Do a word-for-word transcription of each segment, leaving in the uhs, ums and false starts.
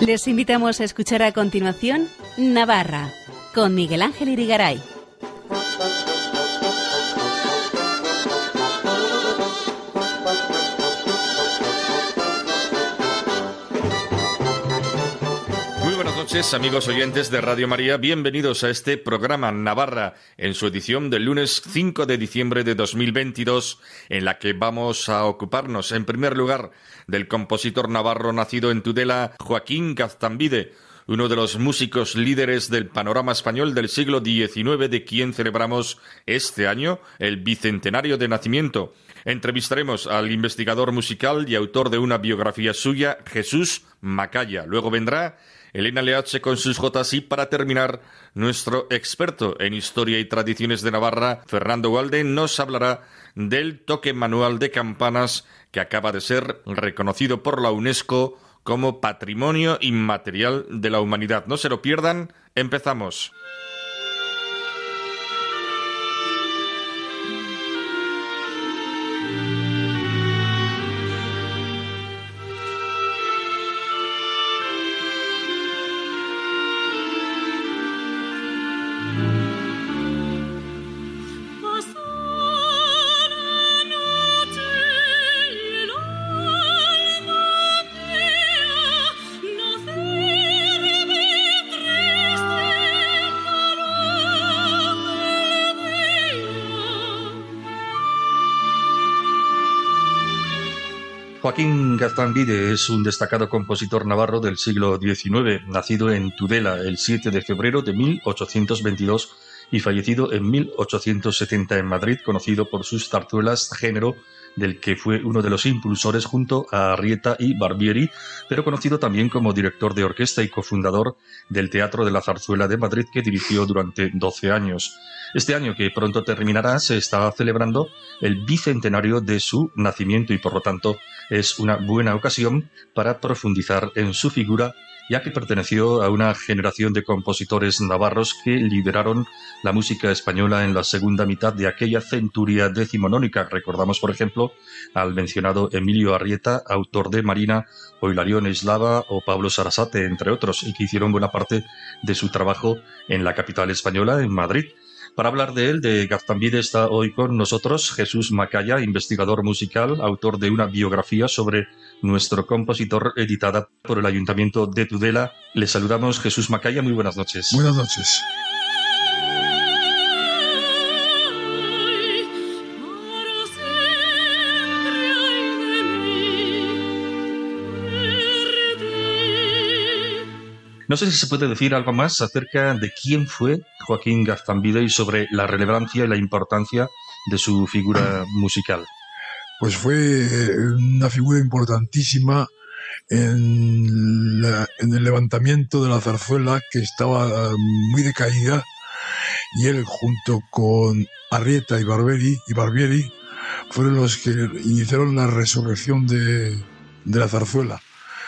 Les invitamos a escuchar a continuación Navarra, con Miguel Ángel Irigaray. Muy buenas noches, amigos oyentes de Radio María. Bienvenidos a este programa Navarra, en su edición del lunes cinco de diciembre de dos mil veintidós, en la que vamos a ocuparnos, en primer lugar, del compositor navarro nacido en Tudela, Joaquín Gaztambide, uno de los músicos líderes del panorama español del siglo diecinueve, de quien celebramos este año el bicentenario de nacimiento. Entrevistaremos al investigador musical y autor de una biografía suya, Jesús Macaya. Luego vendrá Elena Leache con sus jotas y, para terminar, nuestro experto en historia y tradiciones de Navarra, Fernando Walde, nos hablará del toque manual de campanas que acaba de ser reconocido por la UNESCO como Patrimonio Inmaterial de la Humanidad. No se lo pierdan, empezamos. Joaquín Gaztambide es un destacado compositor navarro del siglo diecinueve, nacido en Tudela el siete de febrero de mil ochocientos veintidós y fallecido en mil ochocientos setenta en Madrid, conocido por sus zarzuelas, género del que fue uno de los impulsores junto a Arrieta y Barbieri, pero conocido también como director de orquesta y cofundador del Teatro de la Zarzuela de Madrid, que dirigió durante doce años. Este año, que pronto terminará, se está celebrando el bicentenario de su nacimiento y, por lo tanto, es una buena ocasión para profundizar en su figura, ya que perteneció a una generación de compositores navarros que lideraron la música española en la segunda mitad de aquella centuria decimonónica. Recordamos, por ejemplo, al mencionado Emilio Arrieta, autor de Marina, o Hilarión Eslava o Pablo Sarasate, entre otros, y que hicieron buena parte de su trabajo en la capital española, en Madrid. Para hablar de él, de Gaztambide, está hoy con nosotros Jesús Macaya, investigador musical, autor de una biografía sobre nuestro compositor, editada por el Ayuntamiento de Tudela. Le saludamos, Jesús Macaya, muy buenas noches. Buenas noches. No sé si se puede decir algo más acerca de quién fue Joaquín Gaztambide y sobre la relevancia y la importancia de su figura musical. Pues fue una figura importantísima en, la, en el levantamiento de la zarzuela, que estaba muy decaída, y él, junto con Arrieta y Barbieri, y Barbieri fueron los que iniciaron la resurrección de, de la zarzuela.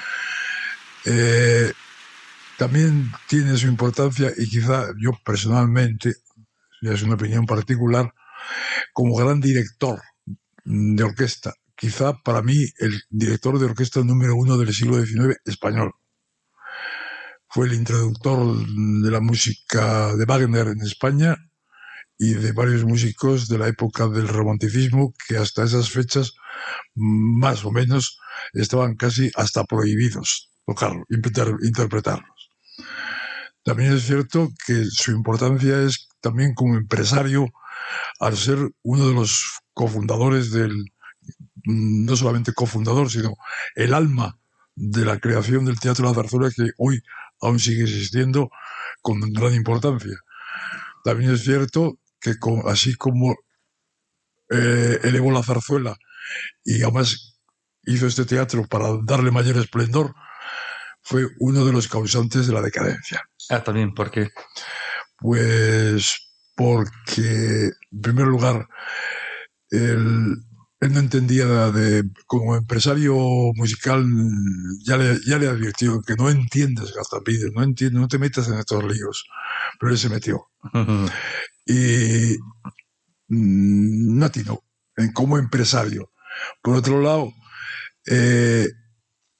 Eh, También tiene su importancia, y quizá yo personalmente, ya es una opinión particular, como gran director de orquesta. Quizá para mí el director de orquesta número uno del siglo diecinueve español. Fue el introductor de la música de Wagner en España y de varios músicos de la época del romanticismo, que hasta esas fechas, más o menos, estaban casi hasta prohibidos tocarlo, interpretarlos. También es cierto que su importancia es también como empresario, al ser uno de los cofundadores del, no solamente cofundador, sino el alma de la creación del Teatro de la Zarzuela, que hoy aún sigue existiendo con gran importancia. También es cierto que con, así como eh, elevó la zarzuela y además hizo este teatro para darle mayor esplendor, fue uno de los causantes de la decadencia. Ah, también, ¿por qué? Pues porque, en primer lugar, él, él no entendía de, como empresario musical, ya le, ya le advirtió que no entiendes, Gaztambide, no entiendes, no te metas en estos líos, pero él se metió. Uh-huh. Y mmm, no atinó como empresario. Por otro lado, eh,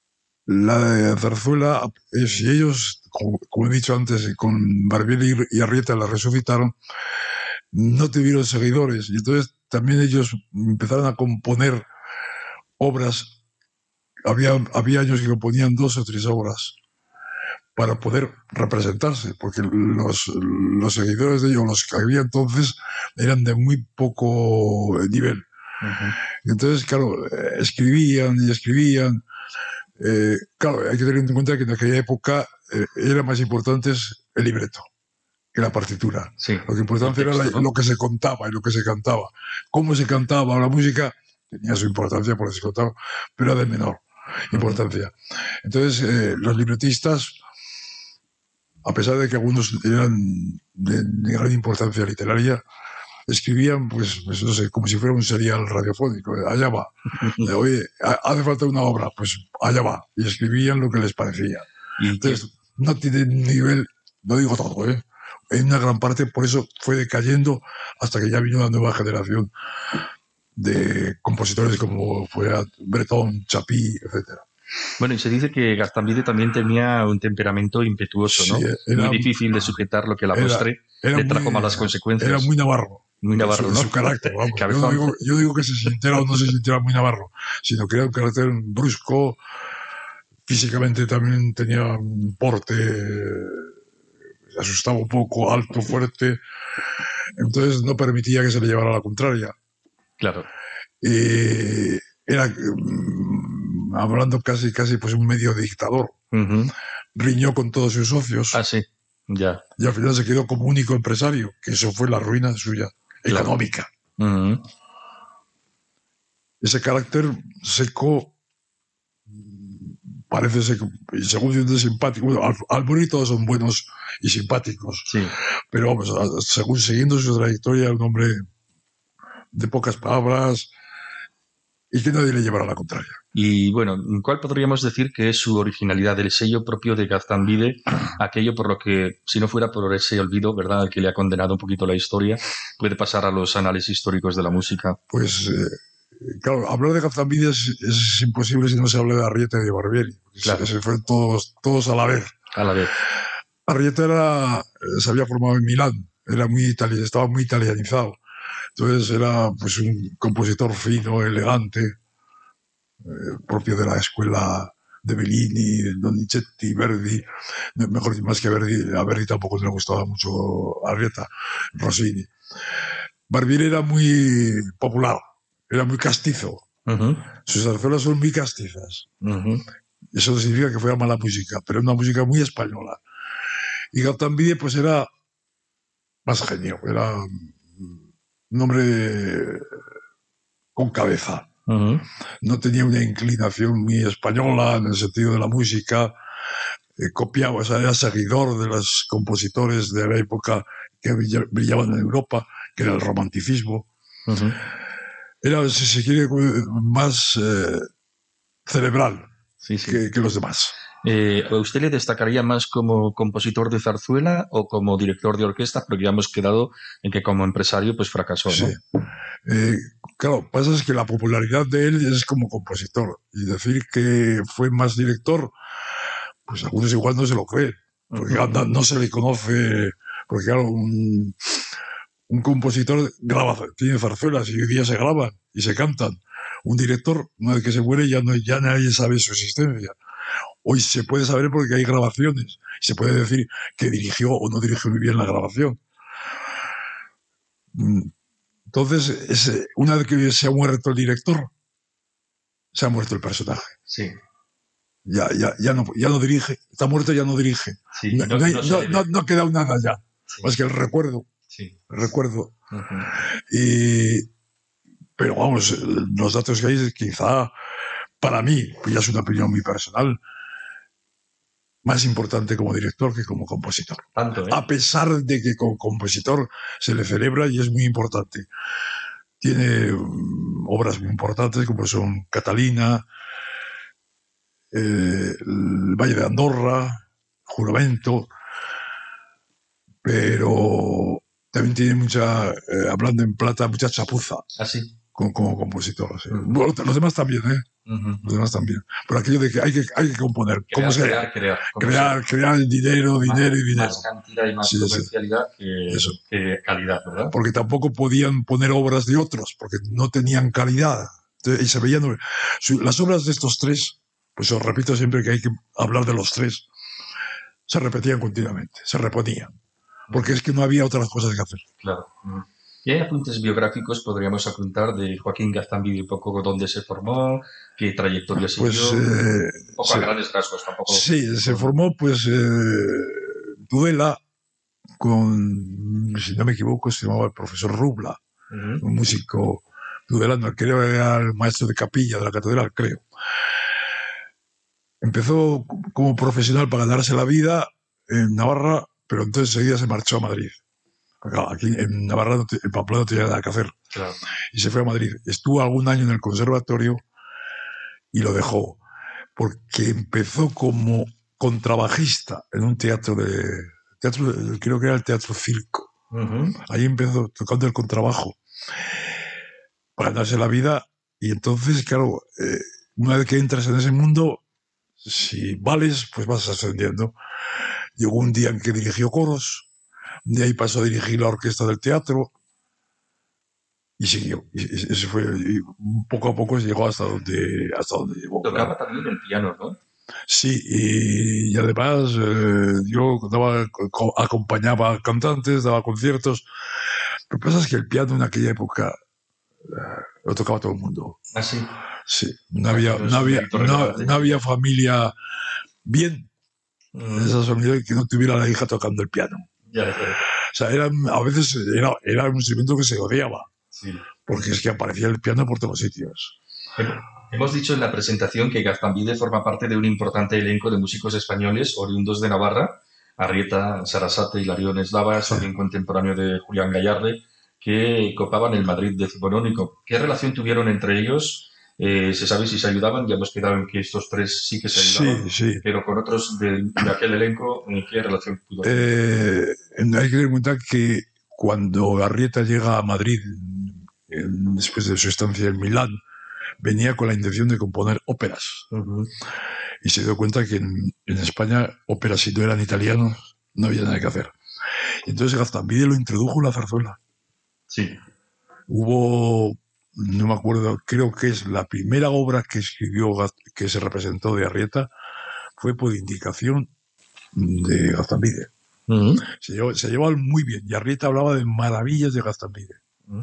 la de Zarzuela, eh, si ellos, como, como he dicho antes, con Barbieri y Arrieta la resucitaron, no tuvieron seguidores, y entonces también ellos empezaron a componer obras. Había, había años que componían dos o tres obras para poder representarse, porque los, los seguidores de ellos, los que había entonces, eran de muy poco nivel. Uh-huh. Entonces, claro, escribían y escribían. Eh, claro, hay que tener en cuenta que en aquella época eh, era más importante el libreto que la partitura. Sí, lo que importante texto, era la, ¿no? lo que se contaba y lo que se cantaba. Cómo se cantaba la música tenía su importancia porque se contaba, pero era de menor importancia. Uh-huh. Entonces, eh, los libretistas, a pesar de que algunos eran de, de gran importancia literaria, escribían, pues, pues, no sé, como si fuera un serial radiofónico. Allá va. Oye, hace falta una obra, pues allá va. Y escribían lo que les parecía. ¿Y entonces, qué? No tienen nivel, no digo todo, ¿eh? En una gran parte, por eso fue decayendo hasta que ya vino una nueva generación de compositores como fue Breton, Chapí, etcétera. Bueno, y se dice que Gaztambide también tenía un temperamento impetuoso, ¿no? Sí, era, muy difícil de sujetar, lo que la postre le trajo muy, malas consecuencias. Era muy navarro. Muy navarro, su, ¿no? Su carácter, vamos. Yo, no digo, yo digo que se sintiera o no se sintiera muy navarro, sino que era un carácter brusco, físicamente también tenía un porte, se asustaba un poco, alto, fuerte, entonces no permitía que se le llevara la contraria. Claro. Y era, hablando casi, casi pues un medio dictador. Uh-huh. Riñó con todos sus socios. Ah, sí, ya. Y al final se quedó como único empresario, que eso fue la ruina suya, claro. Económica. Uh-huh. Ese carácter seco parece ser, según siendo simpático, bueno, al, al morir todos son buenos y simpáticos, sí. Pero vamos, según siguiendo su trayectoria, un hombre de pocas palabras y que nadie le llevará la contraria. Y bueno, ¿cuál podríamos decir que es su originalidad, el sello propio de Gaztambide, aquello por lo que, si no fuera por ese olvido, ¿verdad?, que le ha condenado un poquito la historia, puede pasar a los anales históricos de la música? Pues, eh, claro, hablar de Gaztambide es, es imposible si no se habla de Arrieta y de Barbieri. Claro. Se, se fueron todos, todos a la vez. A la vez. Arrieta era, se había formado en Milán, era muy itali- estaba muy italianizado. Entonces era pues un compositor fino, elegante, eh, propio de la escuela de Bellini, Donizetti, Verdi, mejor más que Verdi, a Verdi tampoco le gustaba mucho Arrieta, Rossini. Barbieri era muy popular, era muy castizo. Uh-huh. Sus zarzuelas son muy castizas. Uh-huh. Eso no significa que fuera mala música, pero una música muy española. Y Gaztambide pues era más genio, era un hombre con cabeza. Uh-huh. No tenía una inclinación muy española en el sentido de la música. Eh, copiaba, o sea, era seguidor de los compositores de la época que brillaban en Europa, que era el romanticismo. Uh-huh. Era, si se quiere, más eh, cerebral sí, sí. Que, que los demás. Eh, ¿Usted le destacaría más como compositor de zarzuela o como director de orquesta? Porque ya hemos quedado en que como empresario pues fracasó, ¿no? Sí. Eh, claro, pasa es que la popularidad de él es como compositor. Y decir que fue más director, pues algunos igual no se lo creen. Porque uh-huh. no, no se le conoce. Porque claro, un, un compositor graba, tiene zarzuelas y hoy día se graban y se cantan. Un director, una vez que se muere, ya, no, ya nadie sabe su existencia. Hoy se puede saber porque hay grabaciones. Se puede decir que dirigió o no dirigió muy bien la grabación. Entonces, es, una vez que se ha muerto el director, se ha muerto el personaje. Sí. Ya, ya, ya, no, ya no dirige. Está muerto, ya no dirige. Sí, no, no, no, hay, no, no, no, no ha quedado nada ya. Sí. Más que el recuerdo. Sí. El recuerdo. Uh-huh. Y, pero vamos, los datos que hay, quizá para mí, pues ya es una opinión muy personal, más importante como director que como compositor. Tanto, ¿eh? A pesar de que como compositor se le celebra y es muy importante. Tiene um, obras muy importantes como son Catalina, eh, el Valle de Andorra, Juramento, pero también tiene mucha, eh, hablando en plata, mucha chapuza. ¿Ah, sí? Como, como compositor. ¿Sí? Bueno, los demás también, ¿eh? Uh-huh. Los demás también. Pero aquello de que hay que, hay que componer. Crear, ¿Cómo se crear, crear, crear, crear el dinero, más, dinero y dinero. Más cantidad y más sí, comercialidad sí. que, Eso. que calidad, ¿verdad? Porque tampoco podían poner obras de otros, porque no tenían calidad. Entonces, y se veían las obras de estos tres, pues os repito siempre que hay que hablar de los tres, se repetían continuamente, se reponían. Porque es que no había otras cosas que hacer. Claro. ¿Y hay apuntes biográficos, podríamos apuntar, de Joaquín Gaztambide, un poco dónde se formó, qué trayectoria pues, siguió? Eh, un poco se, a grandes rasgos tampoco. Sí, se formó pues eh, Tudela con, si no me equivoco, se llamaba el profesor Rubla, uh-huh. un músico tudelano, creo que era el maestro de capilla de la catedral, creo. Empezó como profesional para ganarse la vida en Navarra, pero entonces enseguida se marchó a Madrid. Aquí en Navarra, no te, en Pamplona no tenía nada que hacer. Claro. Y se fue a Madrid. Estuvo algún año en el conservatorio y lo dejó, porque empezó como contrabajista en un teatro de... teatro creo que era el Teatro Circo. Uh-huh. Ahí empezó tocando el contrabajo para ganarse la vida. Y entonces, claro, eh, una vez que entras en ese mundo, si vales, pues vas ascendiendo. Llegó un día en que dirigió coros, de ahí pasó a dirigir la orquesta del teatro y siguió. Y, y, y fue, y poco a poco llegó hasta donde, hasta donde llegó. Tocaba claro. también el piano, ¿no? Sí, y, y además eh, yo daba, acompañaba cantantes, daba conciertos. Lo que pasa es que el piano en aquella época eh, lo tocaba todo el mundo. ¿Ah, sí? Sí, no había, no había, no, no había familia bien mm. en esa familia que no tuviera a la hija tocando el piano. Ya, ya. O sea, era, a veces era, era un instrumento que se odiaba, sí. porque es que aparecía el piano por todos sitios. Hemos dicho en la presentación que Gaztambide forma parte de un importante elenco de músicos españoles oriundos de Navarra, Arrieta, Sarasate y Hilarión Eslava, sí. también contemporáneo de Julián Gallarde, que copaban el Madrid decimonónico. ¿Qué relación tuvieron entre ellos? Eh, ¿Se sabe si se ayudaban? Ya hemos quedado en que estos tres sí que se ayudaban, sí, sí. pero con otros de, de aquel elenco, ¿qué relación pudo tener? Eh, hay que tener en cuenta que cuando Arrieta llega a Madrid, en, después de su estancia en Milán, venía con la intención de componer óperas. Uh-huh. Y se dio cuenta que en, en España óperas, si no eran italianos, no había nada que hacer. Y entonces Gaztambide lo introdujo en la zarzuela. Sí. Hubo, no me acuerdo, creo que es la primera obra que escribió, que se representó de Arrieta, fue por indicación de Gaztambide. Uh-huh. Se, llevó, se llevaban muy bien. Y Arrieta hablaba de maravillas de Gaztambide. Uh-huh.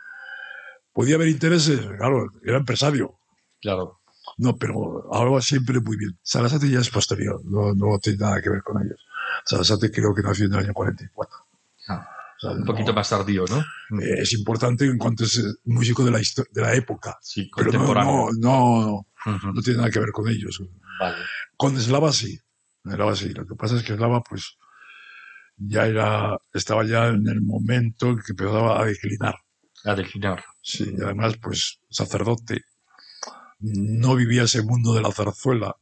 ¿Podía haber intereses? Claro, era empresario. Claro. No, pero hablaba siempre muy bien. Sarasate ya es posterior, no, no tiene nada que ver con ellos. Sarasate creo que nació en el año cuarenta y cuatro. Ah, o sea, un poquito no, más tardío, ¿no? Eh, es importante en cuanto es músico de la, de la época. Sí, pero contemporáneo. no, no, no, uh-huh. no tiene nada que ver con ellos. Vale. Con Eslava sí. Eslava sí. Lo que pasa es que Eslava, pues, ya era, estaba ya en el momento en que empezaba a declinar. A declinar. Sí, y además, pues, sacerdote. No vivía ese mundo de la zarzuela.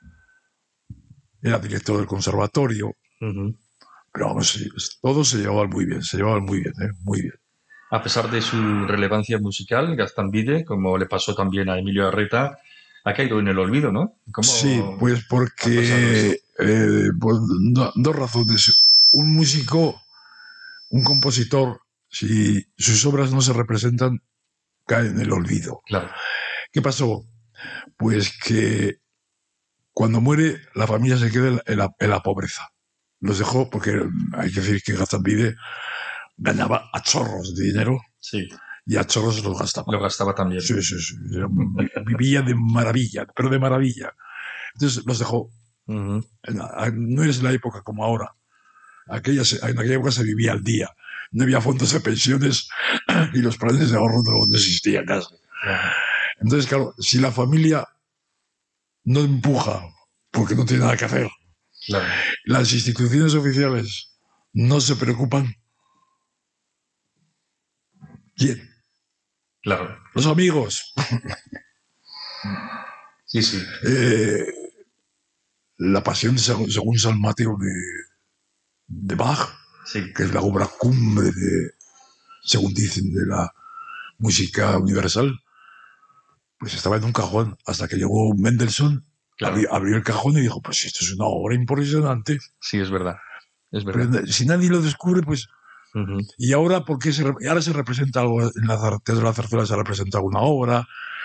Era director del conservatorio. Uh-huh. Pero vamos, sí, todos se llevaban muy bien, se llevaban muy bien, ¿eh? Muy bien. A pesar de su relevancia musical, Gaztambide, como le pasó también a Emilio Arrieta, ha caído en el olvido, ¿no? ¿Cómo sí, pues porque eh, pues, no, dos razones. Un músico, un compositor, si sus obras no se representan, cae en el olvido. Claro. ¿Qué pasó? Pues que cuando muere la familia se queda en la, en la pobreza. Los dejó porque hay que decir que Gaztambide ganaba a chorros de dinero. Sí. Y a chorros los gastaba. Lo gastaba también. Sí, sí, sí. Vivía de maravilla, pero de maravilla. Entonces los dejó. Uh-huh. No es la época como ahora. Aquella, en aquella época se vivía al día. No había fondos de pensiones y los planes de ahorro no existían casi. Uh-huh. Entonces, claro, si la familia no empuja porque no tiene nada que hacer, claro. Las instituciones oficiales no se preocupan, ¿quién? Claro. Los amigos. Sí, sí. Eh, la pasión según, según San Mateo de, de Bach, sí. Que es la obra cumbre de, según dicen, de la música universal, pues estaba en un cajón, hasta que llegó Mendelssohn, Claro. abrió, abrió el cajón y dijo, pues esto es una obra impresionante. Sí, es verdad. Es verdad. Pero si nadie lo descubre, pues... Uh-huh. Y ahora, ¿por qué se, ahora se representa algo? En la Teatro de la Zarzuela se representa alguna obra,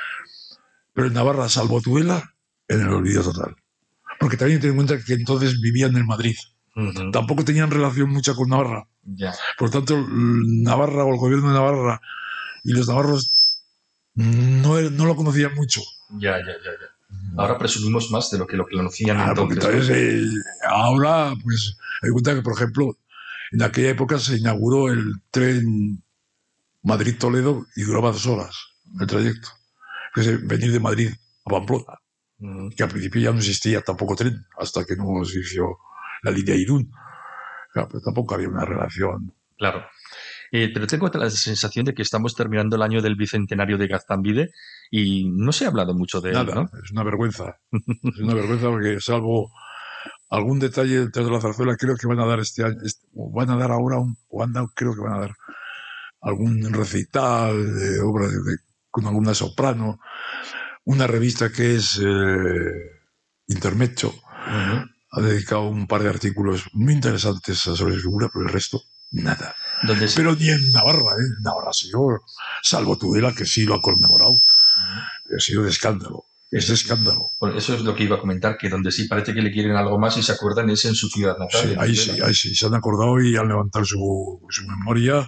pero en Navarra, salvo Tudela, en el olvido total. Porque también ten en cuenta que entonces vivían en Madrid. Uh-huh. Tampoco tenían relación mucha con Navarra. Ya. Por lo tanto, Navarra o el gobierno de Navarra y los navarros no, no lo conocían mucho. Ya, ya, ya, ya. Ahora presumimos más de lo que lo que conocían Ah, entonces. porque entonces, eh, ahora, pues, hay cuenta que, por ejemplo, en aquella época se inauguró el tren Madrid-Toledo y duraba dos horas el trayecto. Que es venir de Madrid a Pamplona, uh-huh. que al principio ya no existía tampoco tren, hasta que no se hizo la línea Irún. Claro, pero tampoco había una relación. Claro. Eh, pero tengo la sensación de que estamos terminando el año del bicentenario de Gaztambide y no se ha hablado mucho de Nada, él, ¿no? Es una vergüenza. Es una vergüenza porque, salvo algún detalle del Teatro de la Zarzuela, creo que van a dar este año, este, van a dar ahora, un, o han dado, creo que van a dar algún recital de obras de, de, con alguna soprano, una revista que es eh, Intermezzo, uh-huh. ha dedicado un par de artículos muy interesantes sobre su figura, pero el resto, nada. Pero ni en Navarra, ¿eh? En Navarra ha sido, salvo Tudela, que sí lo ha conmemorado, uh-huh. ha sido de escándalo. Es de escándalo. Bueno, eso es lo que iba a comentar, que donde sí parece que le quieren algo más y se acuerdan es en su ciudad natal. Sí, ahí sí, ahí sí, se han acordado y han levantado su, su memoria.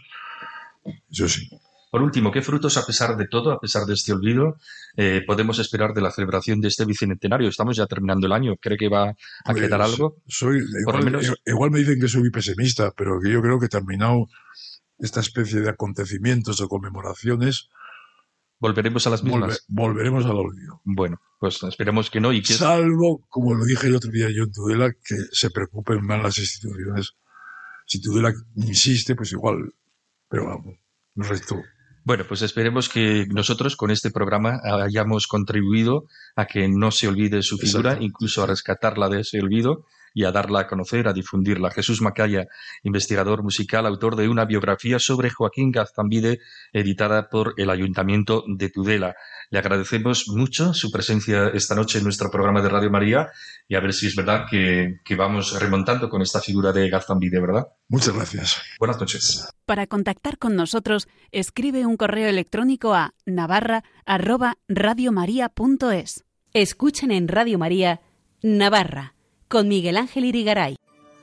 Yo sí. Por último, ¿qué frutos, a pesar de todo, a pesar de este olvido, eh, podemos esperar de la celebración de este bicentenario? Estamos ya terminando el año. ¿Cree que va a pues, quedar algo? Soy, Por igual, lo menos... igual me dicen que soy pesimista, pero que yo creo que terminado esta especie de acontecimientos o conmemoraciones, ¿volveremos a las mismas? Volve, volveremos al olvido. Bueno, pues esperemos que no. Y que... Salvo, como lo dije el otro día yo en Tudela, que se preocupen más las instituciones. Si Tudela insiste, pues igual. Pero vamos, el resto... Bueno, pues esperemos que nosotros con este programa hayamos contribuido a que no se olvide su figura, incluso a rescatarla de ese olvido y a darla a conocer, a difundirla. Jesús Macaya, investigador musical, autor de una biografía sobre Joaquín Gaztambide, editada por el Ayuntamiento de Tudela. Le agradecemos mucho su presencia esta noche en nuestro programa de Radio María y a ver si es verdad que, que vamos remontando con esta figura de Gaztambide, ¿verdad? Muchas gracias. Buenas noches. Para contactar con nosotros, escribe un correo electrónico a navarra arroba radiomaria punto es. Escuchen en Radio María Navarra, con Miguel Ángel Irigaray.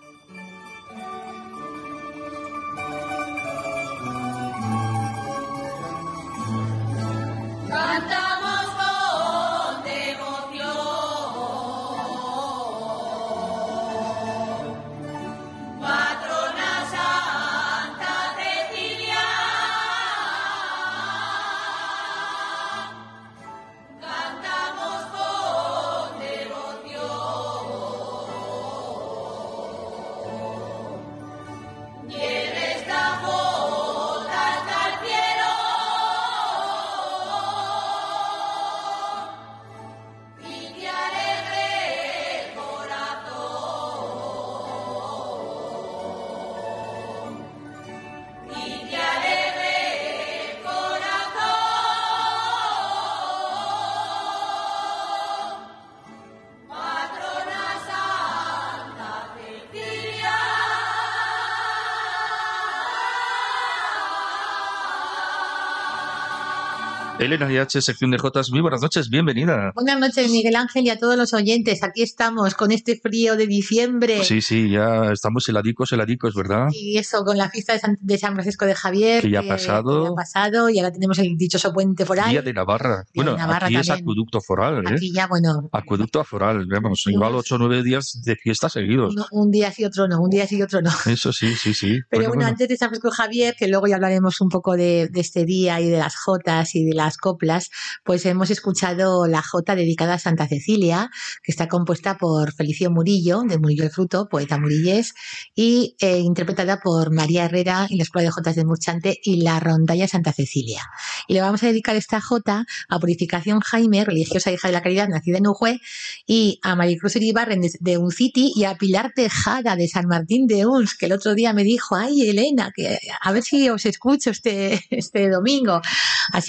Elena I H, sección de Jotas, muy buenas noches, bienvenida. Buenas noches, Miguel Ángel, y a todos los oyentes. Aquí estamos con este frío de diciembre. Sí, sí, ya estamos heladicos, heladicos, ¿verdad? Y eso, con la fiesta de San, de San Francisco de Javier. Que ya ha pasado. Que ya ha pasado, y ahora tenemos el dichoso puente foral. Día de Navarra. Día bueno, de Navarra aquí también. Es acueducto foral, ¿eh? Aquí ya, bueno. Acueducto foral, vemos, igual ocho o nueve días de fiesta seguidos. No, un día sí, otro no, un día sí, otro no. Eso sí, sí, sí. Pero bueno, bueno, bueno, antes de San Francisco de Javier, que luego ya hablaremos un poco de, de este día y de las jotas y de las coplas, pues hemos escuchado la jota dedicada a Santa Cecilia, que está compuesta por Felicio Murillo, de Murillo el Fruto, poeta murillés, y eh, interpretada por María Herrera y la Escuela de Jotas de Murchante y la Rondalla Santa Cecilia. Y le vamos a dedicar esta jota a Purificación Jaime, religiosa hija de la Caridad, nacida en Ujue, y a Maricruz Iribarren de, de Unciti, y a Pilar Tejada de San Martín de Uns, que el otro día me dijo, ay Elena, que a ver si os escucho este, este domingo. Así que encantada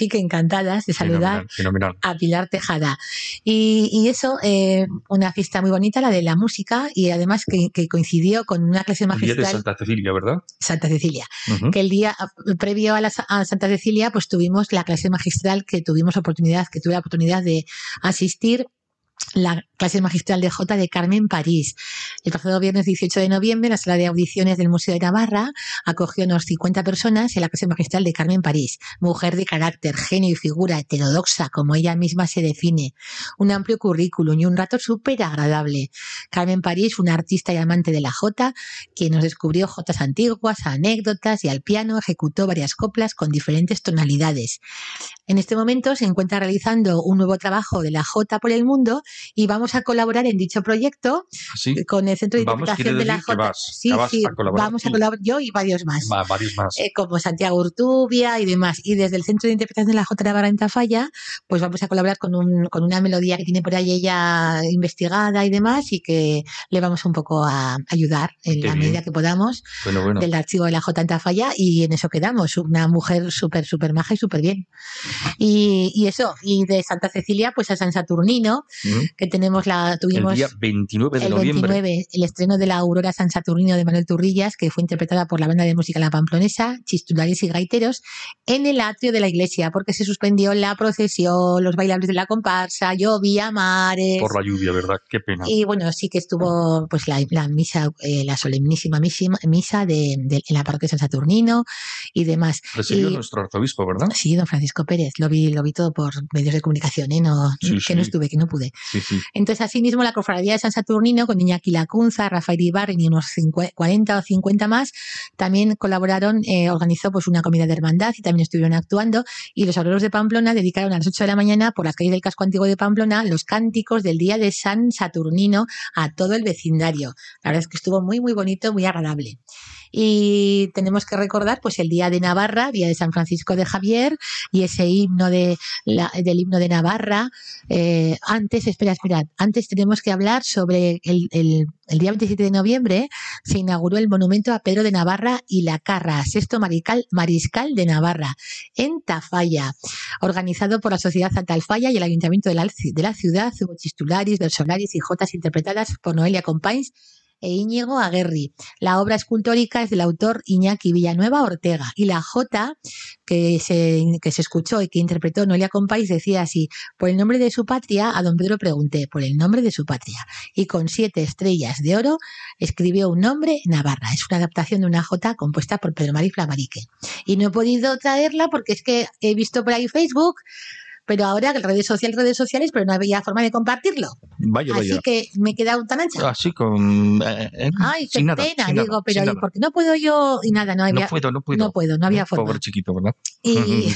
encantadas de saludar fenomenal, fenomenal. a Pilar Tejada. Y, y eso, eh, una fiesta muy bonita, la de la música, y además que, que coincidió con una clase magistral. El día de Santa Cecilia, ¿verdad? Santa Cecilia. Uh-huh. Que el día previo a, la, a Santa Cecilia, pues tuvimos la clase magistral que tuvimos oportunidad, que tuve la oportunidad de asistir, la clase magistral de Jota de Carmen París. El pasado viernes dieciocho de noviembre, en la sala de audiciones del Museo de Navarra, acogió a unos cincuenta personas en la clase magistral de Carmen París. Mujer de carácter, genio y figura heterodoxa, como ella misma se define. Un amplio currículum y un rato súper agradable. Carmen París, una artista y amante de la jota, que nos descubrió jotas antiguas, anécdotas, y al piano ejecutó varias coplas con diferentes tonalidades. En este momento se encuentra realizando un nuevo trabajo de la jota por el mundo y vamos a colaborar en dicho proyecto ¿Sí? con el Centro de Vamos, Interpretación de la decir que jota. vas, sí, que vas sí, a colaborar. vamos a colaborar yo y varios más. Va, varios más. Eh, como Santiago Urtubia y demás. Y desde el Centro de Interpretación de la Jota de Navarra en Tafalla, pues vamos a colaborar con, un, con una melodía que tiene por ahí ella investigada y demás, y que le vamos un poco a ayudar en Qué la bien. medida que podamos Bueno, bueno. del archivo de la Jota en Tafalla, y en eso quedamos. Una mujer súper, súper maja y súper bien. Y, y eso, y de Santa Cecilia, pues a San Saturnino, ¿Mm? que tenemos la, tuvimos El día veintinueve de el noviembre. veintinueve, el estreno de la Aurora San Saturnino de Manuel Turrillas, que fue interpretada por la banda de música La Pamplonesa, chistulares y gaiteros, en el atrio de la iglesia, porque se suspendió la procesión, los bailables de la comparsa, llovía mares. Por la lluvia, ¿verdad? Qué pena. Y bueno, sí que estuvo pues la, la misa, eh, la solemnísima misa, misa de, de, en la parroquia de San Saturnino y demás. Presidió y, nuestro arzobispo, ¿verdad? Sí, don Francisco Pérez, lo vi, lo vi todo por medios de comunicación, ¿eh? No, Sí, que sí. no estuve, que no pude. Sí, sí. Entonces, asimismo, la cofradía de San Saturnino, con Iñaki Lacunza, Rafael Ibarren y unos cuarenta o cincuenta más, también colaboraron, eh, organizó pues una comida de hermandad y también estuvieron actuando, y los obreros de Pamplona dedicaron a las ocho de la mañana por las calles del casco antiguo de Pamplona los cánticos del día de San Saturnino a todo el vecindario. La verdad es que estuvo muy, muy bonito, muy agradable. Y tenemos que recordar pues el Día de Navarra, Día de San Francisco de Javier, y ese himno de la, del himno de Navarra. Eh, antes, espera, espera, antes tenemos que hablar sobre el, el, el día veintisiete de noviembre se inauguró el monumento a Pedro de Navarra y la Carra, sexto mariscal, mariscal de Navarra, en Tafalla, organizado por la Sociedad Santa Alfaya y el Ayuntamiento de la, de la ciudad. Hubo chistularis, versolaris y jotas interpretadas por Noelia Companys e Íñigo Aguerri. La obra escultórica es del autor Iñaki Villanueva Ortega, y la jota que se, que se escuchó y que interpretó Noelia Companys decía así: por el nombre de su patria, a don Pedro pregunté, por el nombre de su patria, y con siete estrellas de oro escribió un nombre, Navarra. Es una adaptación de una jota compuesta por Pedro Mari Flamarique. Y no he podido traerla porque es que he visto por ahí Facebook, pero ahora redes sociales, redes sociales, pero no había forma de compartirlo. Vaya, vaya. Así que me he quedado tan ancha. Así con... Eh, eh, Ay, qué sin nada, pena, sin digo, nada, pero sin ¿y nada. por qué no puedo yo? Y nada, no había. No puedo, no puedo. No puedo, no había forma. Pobre chiquito, ¿verdad? Y,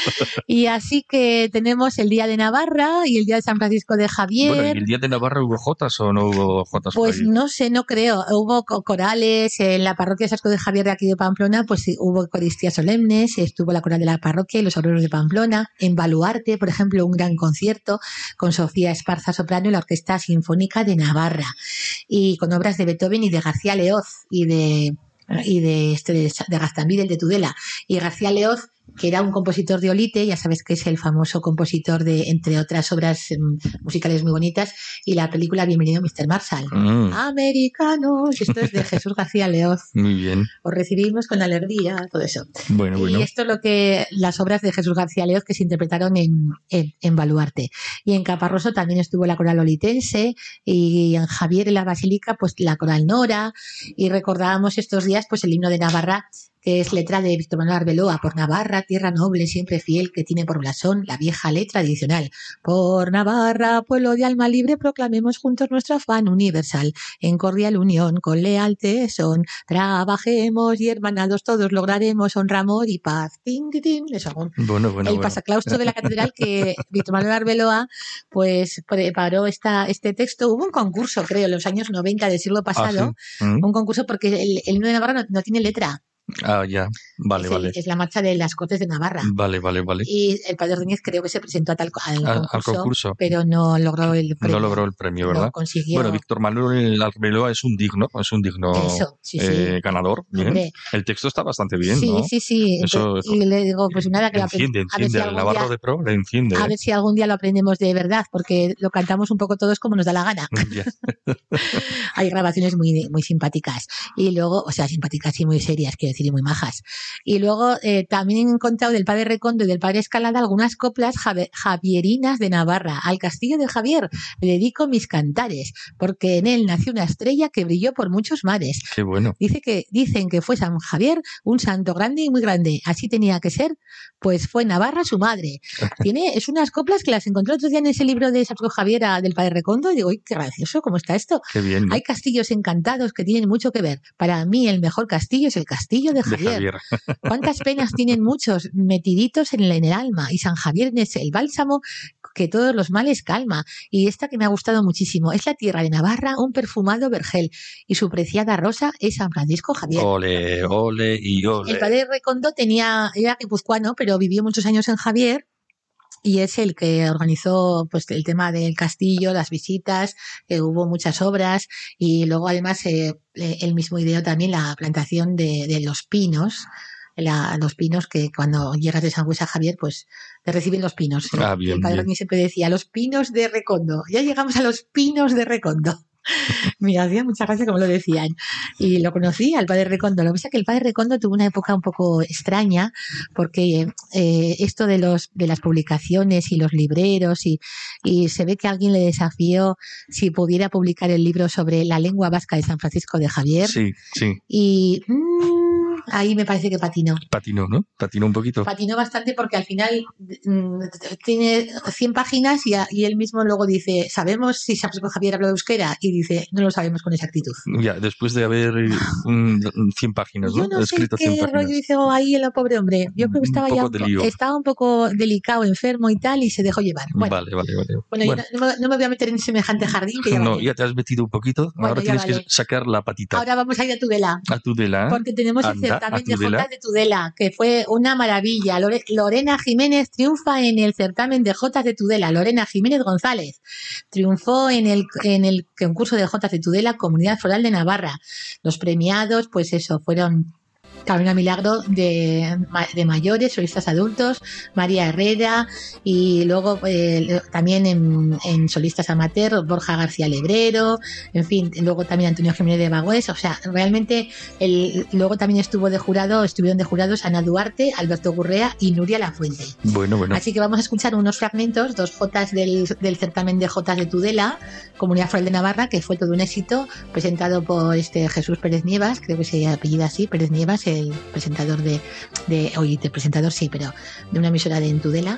y así que tenemos el Día de Navarra y el Día de San Francisco de Javier. Bueno, ¿y el Día de Navarra hubo jotas o no hubo jotas? Pues por ahí? no sé, no creo. Hubo corales en la parroquia de Sasco de Javier de aquí de Pamplona, pues sí, hubo eucaristías solemnes, estuvo la coral de la parroquia y los obreros de Pamplona. En Baluarte, por ejemplo, un gran concierto con Sofía Esparza soprano y la Orquesta Sinfónica de Navarra, y con obras de Beethoven y de García Leoz y de y de este de, de Gastambide, el de Tudela, y García Leoz, que era un compositor de Olite, ya sabes que es el famoso compositor de, entre otras obras um, musicales muy bonitas, y la película Bienvenido mister Marshall. Mm. Americanos, esto es de Jesús García Leoz. Muy bien. Os recibimos con alegría, todo eso. Bueno, bueno. Y esto es lo que las obras de Jesús García Leoz que se interpretaron en, en, en Baluarte. Y en Caparroso también estuvo la coral olitense, y en Javier en la Basílica pues la coral Nora, y recordábamos estos días pues el himno de Navarra, que es letra de Víctor Manuel Arbeloa. Por Navarra, tierra noble, siempre fiel, que tiene por blasón la vieja ley tradicional. Por Navarra, pueblo de alma libre, proclamemos juntos nuestro afán universal. En cordial unión, con leal tesón, trabajemos y hermanados todos lograremos honra, amor y paz. Tin, tin, tin. Eso, Bueno, bueno, el bueno. pasaclaustro de la catedral que Víctor Manuel Arbeloa pues preparó esta, este texto. Hubo un concurso, creo, en los años noventa del siglo pasado, Ah, ¿sí? ¿Mm? un concurso porque el, el himno de Navarra no, no tiene letra. Ah, ya, vale, es, vale. El, es la marcha de las Cortes de Navarra. Vale, vale, vale. Y el padre Ordóñez creo que se presentó a tal, al, al, concurso, al concurso, pero no logró el premio. No logró el premio, ¿verdad? No consiguió. Bueno, Víctor Manuel Arbeloa es un digno, es un digno Eso, sí, sí. Eh, ganador. Bien. Hombre. El texto está bastante bien, sí, ¿no? Sí, sí, Eso, y le digo, pues nada, que enciende, lo enciende. si El Navarro día, de Pro le enciende. A ¿eh? ver si algún día lo aprendemos de verdad, porque lo cantamos un poco todos como nos da la gana. Hay grabaciones muy, muy simpáticas. Y luego, o sea, simpáticas y muy serias, quiero decir, y muy majas. Y luego eh, también he encontrado del padre Recondo y del padre Escalada algunas coplas jav- javierinas de Navarra. Al castillo de Javier le dedico mis cantares, porque en él nació una estrella que brilló por muchos mares. Qué bueno. Dice que, dicen que fue San Javier un santo grande y muy grande. Así tenía que ser, pues fue Navarra su madre. Tiene, es unas coplas que las encontré otro día en ese libro de San Javier del padre Recondo y digo, uy, qué gracioso, ¿cómo está esto? Qué bien, ¿no? Hay castillos encantados que tienen mucho que ver. Para mí el mejor castillo es el castillo de Javier. De Javier. ¿Cuántas penas tienen muchos metiditos en el, en el alma? Y San Javier es el bálsamo que todos los males calma. Y esta que me ha gustado muchísimo es la tierra de Navarra, un perfumado vergel. Y su preciada rosa es San Francisco Javier. Ole, ole y ole. El padre Recondo tenía, era guipuzcoano, pero vivió muchos años en Javier. Y es el que organizó pues el tema del castillo, las visitas, que hubo muchas obras y luego además eh, él mismo ideó también la plantación de, de los pinos, la, los pinos que cuando llegas de Sangüesa a Javier pues te reciben los pinos. Ah, bien, el padre Ordóñez siempre decía, los pinos de Recondo, ya llegamos a los pinos de Recondo. Mira, hacía mucha gracia como lo decían. Y lo conocí al padre Recondo. Lo que pasa es que el padre Recondo tuvo una época un poco extraña porque eh, esto de los de las publicaciones y los libreros y, y se ve que alguien le desafió si pudiera publicar el libro sobre la lengua vasca de San Francisco de Javier. Sí, sí. Y mmm, ahí me parece que patinó. Patinó, ¿no? Patinó un poquito. Patinó bastante porque al final mmm, tiene cien páginas y, a, y él mismo luego dice, ¿sabemos si San Francisco de Javier habla de euskera? Y dice, no lo sabemos con exactitud. Ya, después de haber um, cien páginas, ¿no? Yo no Escrito sé qué cien páginas. rollo hizo ahí el pobre hombre. Yo creo que estaba un ya poco un, estaba un poco delicado, enfermo y tal, y se dejó llevar. Bueno, vale, vale, vale. Bueno, bueno. Yo no, no, no me voy a meter en semejante jardín. Que ya no, vale. ya te has metido un poquito. Bueno, ahora tienes vale. que sacar la patita. Ahora vamos a ir a Tudela. A Tudela. Porque tenemos Anda, el certamen de Tudela. Jotas de Tudela, que fue una maravilla. Lore, Lorena Jiménez triunfa en el certamen de Jotas de Tudela. Lorena Jiménez González triunfó en el, en el concurso de Jotas de Tudela, Comunidad Foral de Navarra. Los premiados, pues eso, fueron Carolina Milagro de, de mayores, solistas adultos, María Herrera y luego eh, también en, en solistas amateur, Borja García Lebrero, en fin, luego también Antonio Jiménez de Bagüés, o sea, realmente el, luego también estuvo de jurado, estuvieron de jurados Ana Duarte, Alberto Gurrea y Nuria Lafuente. Bueno, bueno. Así que vamos a escuchar unos fragmentos, dos jotas del, del certamen de Jotas de Tudela, Comunidad Foral de Navarra, que fue todo un éxito, presentado por este Jesús Pérez Nievas, creo que se apellida así, Pérez Nievas, el presentador de, de oye, de presentador sí, pero de una emisora de Tudela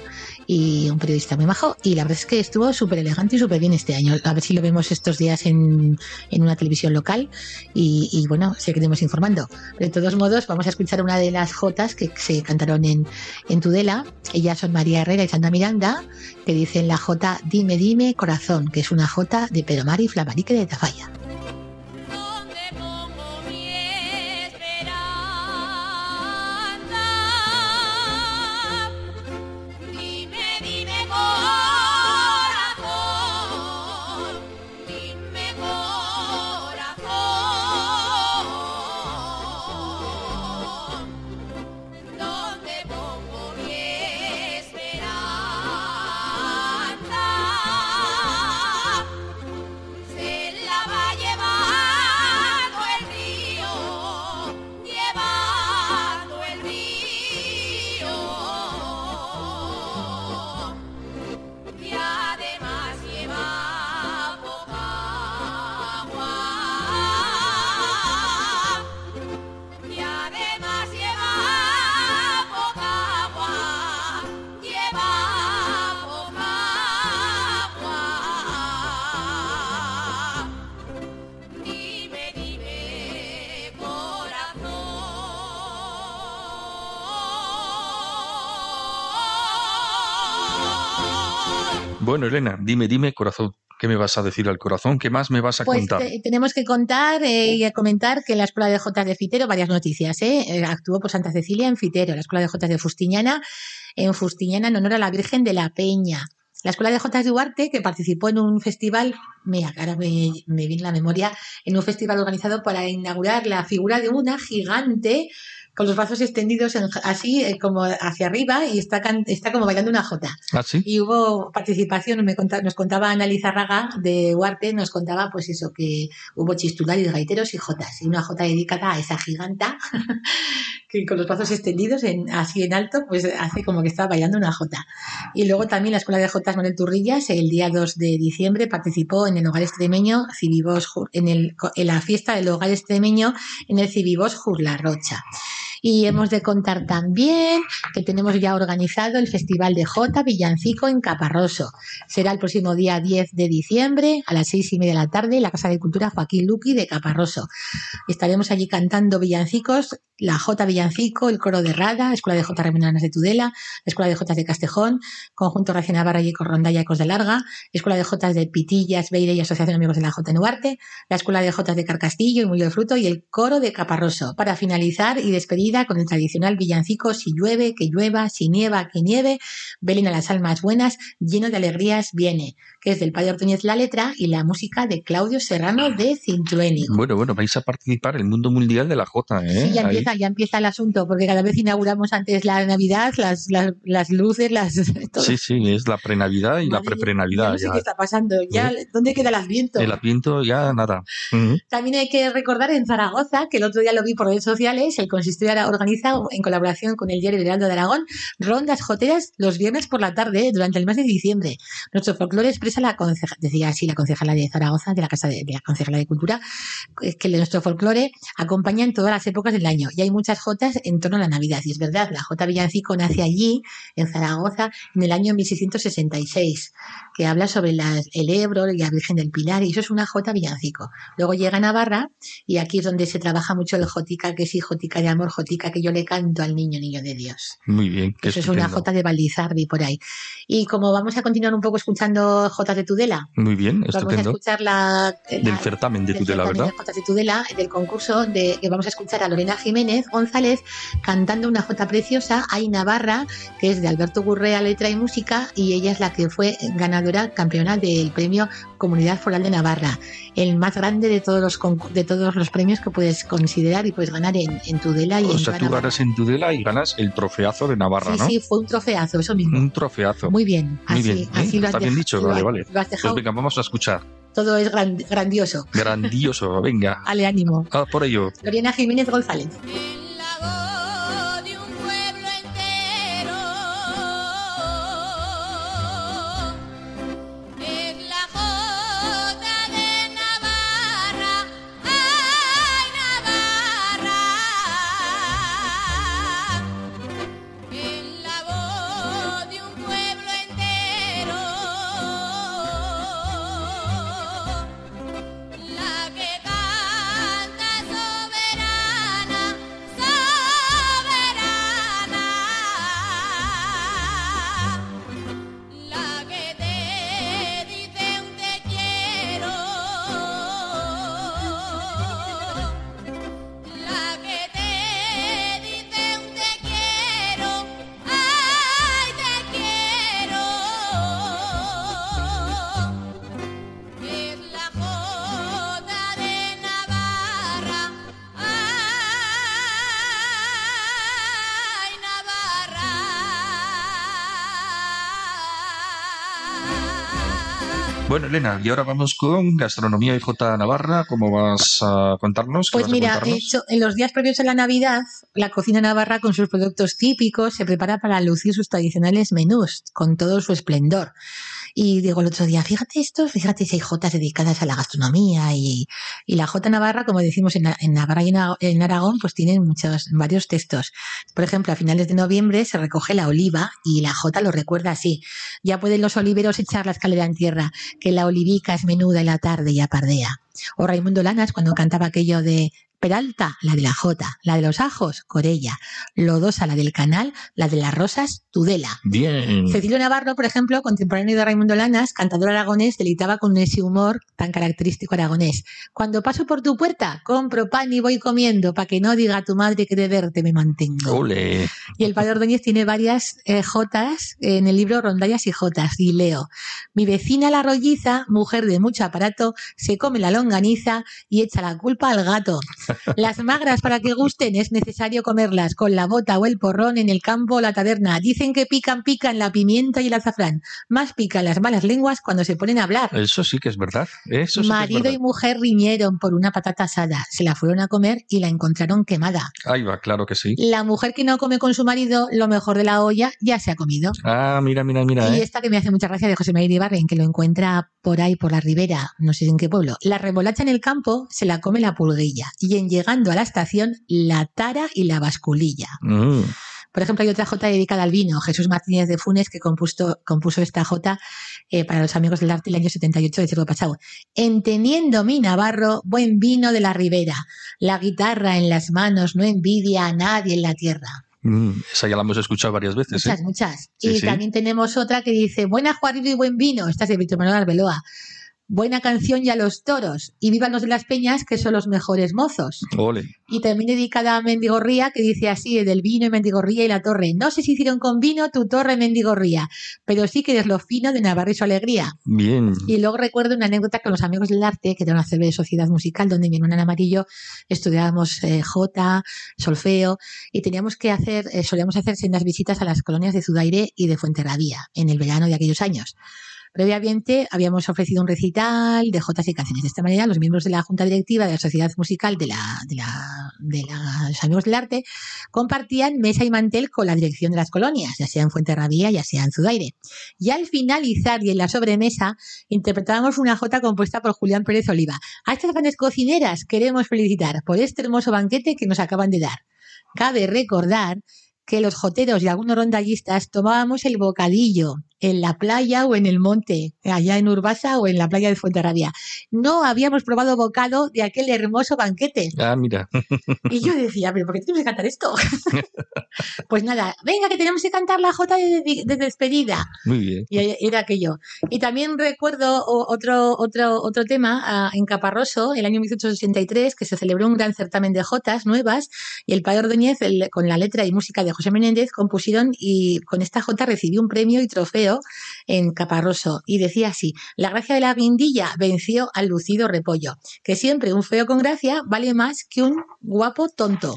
y un periodista muy majo, y la verdad es que estuvo súper elegante y súper bien este año. A ver si lo vemos estos días en, en una televisión local y, y bueno, seguiremos informando. Pero de todos modos vamos a escuchar una de las jotas que se cantaron en, en Tudela. Ellas son María Herrera y Sandra Miranda, que dicen la jota Dime, dime, corazón, que es una jota de Pedro Mari Flamarique de Tafalla. Bueno, Elena, dime, dime, corazón. ¿Qué me vas a decir al corazón? ¿Qué más me vas a pues contar? Te, tenemos que contar eh, y comentar que la Escuela de Jotas de Fitero, varias noticias, ¿eh? Eh, actuó por Santa Cecilia en Fitero, la Escuela de Jotas de Fustiñana, en Fustiñana en honor a la Virgen de la Peña. La Escuela de Jotas de Huarte, que participó en un festival, mira, ahora me, me viene la memoria, en un festival organizado para inaugurar la figura de una gigante con los brazos extendidos en, así eh, como hacia arriba y está, está como bailando una jota. ¿Ah, sí? Y hubo participación, me contaba, nos contaba Ana Lizarraga de Huarte, nos contaba pues eso, que hubo chistulares, gaiteros y jotas. Y una jota dedicada a esa giganta que con los brazos extendidos en, así en alto, pues hace como que está bailando una jota. Y luego también la Escuela de Jotas Manuel Turrillas, el día dos de diciembre, participó en el hogar extremeño Cibibos, en, el, en la fiesta del hogar extremeño en el Cibibos Jurlarrocha. Y hemos de contar también que tenemos ya organizado el Festival de Jota Villancico en Caparroso. Será el próximo día diez de diciembre a las seis y media de la tarde en la Casa de Cultura Joaquín Luqui de Caparroso. Estaremos allí cantando villancicos, la Jota Villancico, el coro de Rada, Escuela de Jotas Remendanas de Tudela, la Escuela de Jotas de Castejón, Conjunto Racia Navarra y Ecorrondalla Ecos de Larga, Escuela de Jotas de Pitillas, Beire y Asociación Amigos de la Jota en Huarte, la Escuela de Jotas de Carcastillo y Mullo de Fruto y el coro de Caparroso. Para finalizar y despedir con el tradicional villancico Si llueve, que llueva, si nieva, que nieve, velen a las almas buenas, lleno de alegrías viene, que es del Padre Ortuñez la letra y la música de Claudio Serrano de Cintruénigo. Bueno, bueno, vais a participar en el mundo mundial de la jota, ¿eh? Sí, ya empieza, Ahí. ya empieza el asunto, porque cada vez inauguramos antes la Navidad, las, las, las luces, las... Todo. Sí, sí, es la prenavidad y Madre, la preprenavidad. Ya no sé ya. qué está pasando, ya, ¿Eh? ¿Dónde queda el Adviento? El Adviento ya nada. Uh-huh. También hay que recordar en Zaragoza, que el otro día lo vi por redes sociales, el consistorio organiza en colaboración con el diario Heraldo de Aragón, rondas joteras los viernes por la tarde durante el mes de diciembre. Nuestro folclore expresa la conceja, decía así la concejala de Zaragoza, de la Casa de, de la Concejala de Cultura, que nuestro folclore acompaña en todas las épocas del año y hay muchas jotas en torno a la Navidad. Y es verdad, la jota Villancico nace allí, en Zaragoza, en el año mil seiscientos sesenta y seis, que habla sobre la, el Ebro y la Virgen del Pilar, y eso es una jota Villancico. Luego llega a Navarra y aquí es donde se trabaja mucho el jotica, que sí, jotica de amor, jotica que yo le canto al niño, niño de Dios. Muy bien. Eso estupendo. Es una jota de Valdizarbi por ahí. Y como vamos a continuar un poco escuchando jotas de Tudela. Muy bien, vamos estupendo. Vamos a escuchar la... la del certamen de Tudela, ¿verdad? De jotas de Tudela, del concurso, de que vamos a escuchar a Lorena Jiménez González cantando una jota preciosa, Ay Navarra, que es de Alberto Gurrea, letra y música, y ella es la que fue ganadora, campeona del premio Comunidad Foral de Navarra, el más grande de todos los de todos los premios que puedes considerar y puedes ganar en, en Tudela. Y o en sea, tú ganas en Tudela y ganas el trofeazo de Navarra, sí, ¿no? Sí, fue un trofeazo, eso mismo. Un trofeazo. Muy bien, Muy así, bien. así ¿Eh? lo has Está bien dejado, dicho, lo vale, has, vale. Lo has dejado. Pues venga, vamos a escuchar. Todo es gran, grandioso. Grandioso, venga. Ale, ánimo. Ah, por ello. Lorena Jiménez González. Bueno, Elena, y ahora vamos con gastronomía y jota navarra. ¿Cómo vas a contarnos? Pues vas mira, a contarnos? hecho, en los días previos a la Navidad, la cocina navarra con sus productos típicos se prepara para lucir sus tradicionales menús con todo su esplendor. Y digo el otro día, fíjate esto, fíjate si hay jotas dedicadas a la gastronomía y, y la jota navarra, como decimos en, en Navarra y en, en Aragón, pues tienen muchos, varios textos. Por ejemplo, a finales de noviembre se recoge la oliva y la jota lo recuerda así. Ya pueden los oliveros echar la escalera en tierra, que la olivica es menuda y la tarde ya pardea. O Raimundo Lanas, cuando cantaba aquello de Peralta, la de la Jota. La de los ajos, Corella. Lodosa, la del Canal. La de las rosas, Tudela. Bien. Cecilio Navarro, por ejemplo, contemporáneo de Raimundo Lanas, cantador aragonés, deleitaba con ese humor tan característico aragonés. Cuando paso por tu puerta, compro pan y voy comiendo, para que no diga tu madre que de verte me mantengo. Ole. Y el padre Ordóñez tiene varias eh, jotas en el libro Rondallas y Jotas, y leo: mi vecina la rolliza, mujer de mucho aparato, se come la longaniza y echa la culpa al gato. Las magras, para que gusten, es necesario comerlas con la bota o el porrón en el campo o la taberna. Dicen que pican, pican la pimienta y el azafrán. Más pican las malas lenguas cuando se ponen a hablar. Eso sí que es verdad. Eso sí Marido que es verdad. y mujer riñeron por una patata asada. Se la fueron a comer y la encontraron quemada. Ahí va, claro que sí. La mujer que no come con su marido, lo mejor de la olla ya se ha comido. Ah, mira, mira, mira. Y ¿eh? esta que me hace mucha gracia, de José María Iribarren, que lo encuentra por ahí, por la ribera, no sé en qué pueblo. La remolacha en el campo se la come la pulguilla. Y en llegando a la estación, la tara y la basculilla. Mm. Por ejemplo, hay otra jota dedicada al vino. Jesús Martínez de Funes, que compuso, compuso esta jota eh, para los amigos del arte el año setenta y ocho de Cerro Pachau. Entendiendo mi Navarro, buen vino de la ribera. La guitarra en las manos no envidia a nadie en la tierra. Mm, esa ya la hemos escuchado varias veces. Muchas, ¿eh? muchas. Sí, Y sí. también tenemos otra que dice: buena juarido y buen vino. Esta es de Víctor Manuel Arbeloa. Buena canción y a los toros. Y vivan los de las peñas, que son los mejores mozos. Ole. Y también dedicada a Mendigorría, que dice así: del vino y Mendigorría y la torre. No sé si hicieron con vino tu torre Mendigorría, pero sí que eres lo fino de Navarra y su alegría. Bien. Y luego recuerdo una anécdota con los amigos del arte, que era una C B de sociedad musical, donde mi hermana en amarillo estudiábamos eh, jota, solfeo, y teníamos que hacer, eh, solíamos hacer sendas visitas a las colonias de Zudaire y de Fuenterrabía en el verano de aquellos años. Previamente habíamos ofrecido un recital de jotas y canciones. De esta manera, los miembros de la Junta Directiva de la Sociedad Musical de, la, de, la, de la, los Amigos del Arte compartían mesa y mantel con la dirección de las colonias, ya sea en Fuenterrabía, ya sea en Zudaire. Y al finalizar y en la sobremesa, interpretábamos una jota compuesta por Julián Pérez Oliva. A estas grandes cocineras queremos felicitar por este hermoso banquete que nos acaban de dar. Cabe recordar que los joteros y algunos rondallistas tomábamos el bocadillo en la playa o en el monte, allá en Urbasa o en la playa de Fuenterrabía. No habíamos probado bocado de aquel hermoso banquete. Ah, mira. Y yo decía, ¿pero por qué tenemos que cantar esto? Pues nada, venga, que tenemos que cantar la jota de, de, de despedida. Muy bien. Y era aquello. Y también recuerdo otro, otro, otro tema uh, en Caparroso, el año mil ochocientos ochenta y tres, que se celebró un gran certamen de jotas nuevas, y el padre Ordóñez, el, con la letra y música de José Menéndez, compusieron, y con esta jota recibió un premio y trofeo en Caparroso. Y decía así: la gracia de la guindilla venció al lucido repollo, que siempre un feo con gracia vale más que un guapo tonto.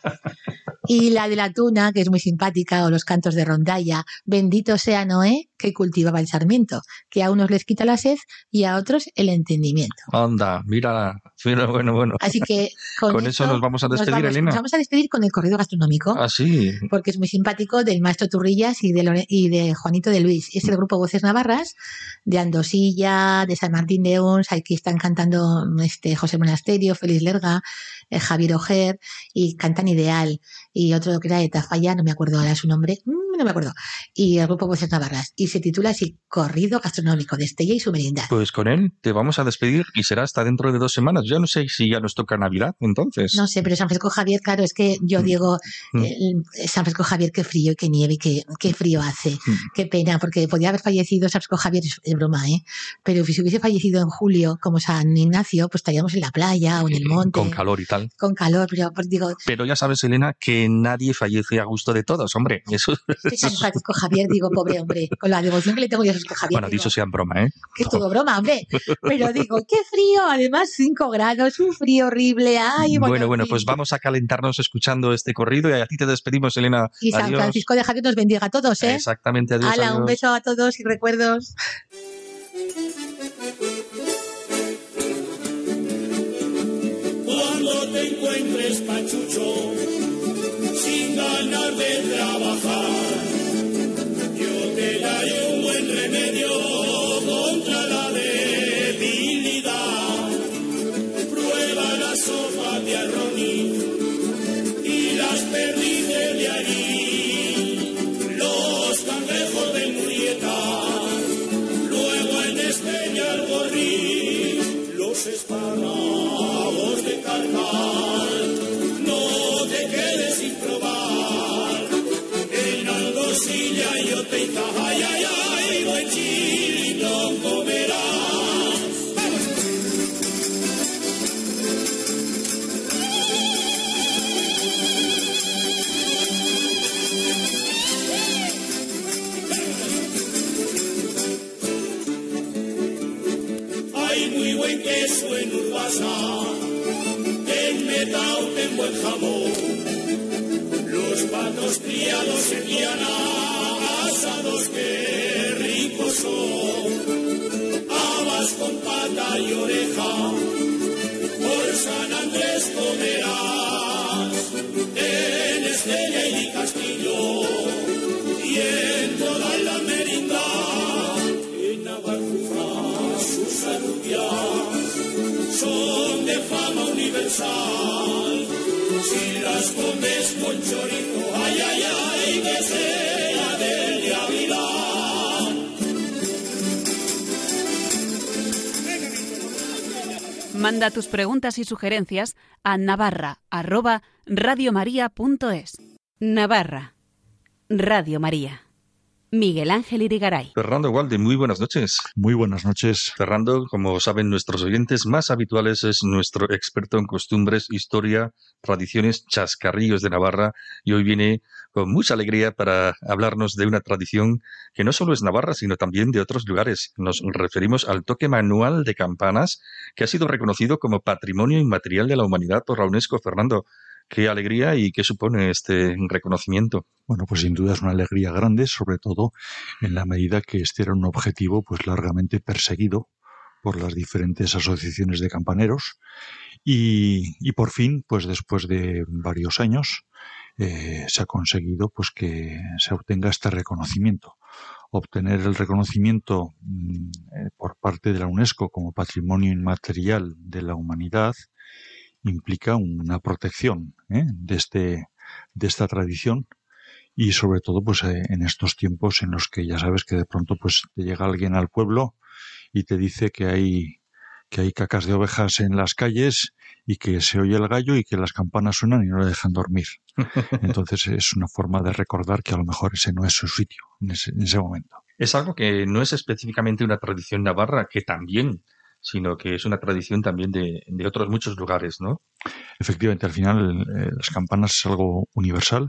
Y la de la tuna, que es muy simpática, o los cantos de rondalla: bendito sea Noé, que cultivaba el sarmiento, que a unos les quita la sed y a otros el entendimiento. Anda, mira, mira, bueno, bueno. Así que con, con eso nos vamos a despedir, nos vamos, Elena. Nos vamos a despedir con el corrido gastronómico. Ah, sí. Porque es muy simpático, del maestro Turrillas y de, Lore, y de Juanito de Luis. Es el grupo Voces Navarras, de Andosilla, de San Martín de Ons. Aquí están cantando este José Monasterio, Félix Lerga, eh, Javier Ojer, y cantan Ideal. Y otro que era de Tafalla, no me acuerdo ahora su nombre, mmm, no me acuerdo. Y el grupo Voces Navarras. Y se titula así: Corrido Gastronómico, de Estella y su Merindad. Pues con él te vamos a despedir y será hasta dentro de dos semanas. Ya no sé si ya nos toca Navidad, entonces. No sé, pero San Francisco Javier, claro, es que yo digo, mm. eh, San Francisco Javier, qué frío, qué nieve, qué, qué frío hace. Mm. Qué pena, porque podía haber fallecido San Francisco Javier, es broma, ¿eh? Pero si hubiese fallecido en julio, como San Ignacio, pues estaríamos en la playa o en el monte. Con calor y tal. Con calor, pero pues digo... Pero ya sabes, Elena, que nadie fallece a gusto de todos, hombre. Eso, sí, San Francisco Javier, digo, pobre hombre, con la devoción que le tengo yo a San Francisco Javier. Bueno, dicho sea en broma, ¿eh? Que es todo broma, hombre. Pero digo, qué frío, además cinco grados, un frío horrible. Ay, bueno, bueno, bueno, pues vamos a calentarnos escuchando este corrido y a ti te despedimos, Elena. Y San adiós. Francisco de Javier nos bendiga a todos, ¿eh? Exactamente, adiós. Hala, adiós. un beso a todos y recuerdos. Cuando te encuentres pachucho, sin ganas de trabajar, yo te daré un buen remedio contra la debilidad. Prueba la sopa de arroní y las perdices de allí, los cangrejos de Murieta, luego en Estella el gorrí, los espárragos de Carcal. queso, en urbasa, en metao, en buen jamón. Los patos criados en Viana, asados que ricos son. Habas con pata y oreja, por San Andrés comerás. En Estella y Castillo, y en toda la merindad. En Navarra sus alubias son de fama universal. Si las comes con chorizo, ay, ay, ay, que sea de Ávila. Manda tus preguntas y sugerencias a navarra arroba radiomaria.es. Navarra, Radio María. Miguel Ángel Irigaray. Fernando Gualde, muy buenas noches. Muy buenas noches. Fernando, como saben nuestros oyentes más habituales, es nuestro experto en costumbres, historia, tradiciones, chascarrillos de Navarra, y hoy viene con mucha alegría para hablarnos de una tradición que no solo es navarra, sino también de otros lugares. Nos referimos al toque manual de campanas, que ha sido reconocido como Patrimonio Inmaterial de la Humanidad por la UNESCO. Fernando, qué alegría y qué supone este reconocimiento. Bueno, pues sin duda es una alegría grande, sobre todo en la medida que este era un objetivo pues largamente perseguido por las diferentes asociaciones de campaneros y, y por fin, pues después de varios años, eh, se ha conseguido pues que se obtenga este reconocimiento. Obtener el reconocimiento mm, eh, por parte de la UNESCO como Patrimonio Inmaterial de la Humanidad implica una protección ¿eh? de este de esta tradición y sobre todo pues eh, en estos tiempos en los que ya sabes que de pronto pues te llega alguien al pueblo y te dice que hay que hay cacas de ovejas en las calles y que se oye el gallo y que las campanas suenan y no le dejan dormir. Entonces es una forma de recordar que a lo mejor ese no es su sitio en ese, en ese momento. Es algo que no es específicamente una tradición navarra, que también, sino que es una tradición también de, de otros muchos lugares, ¿no? Efectivamente, al final eh, las campanas es algo universal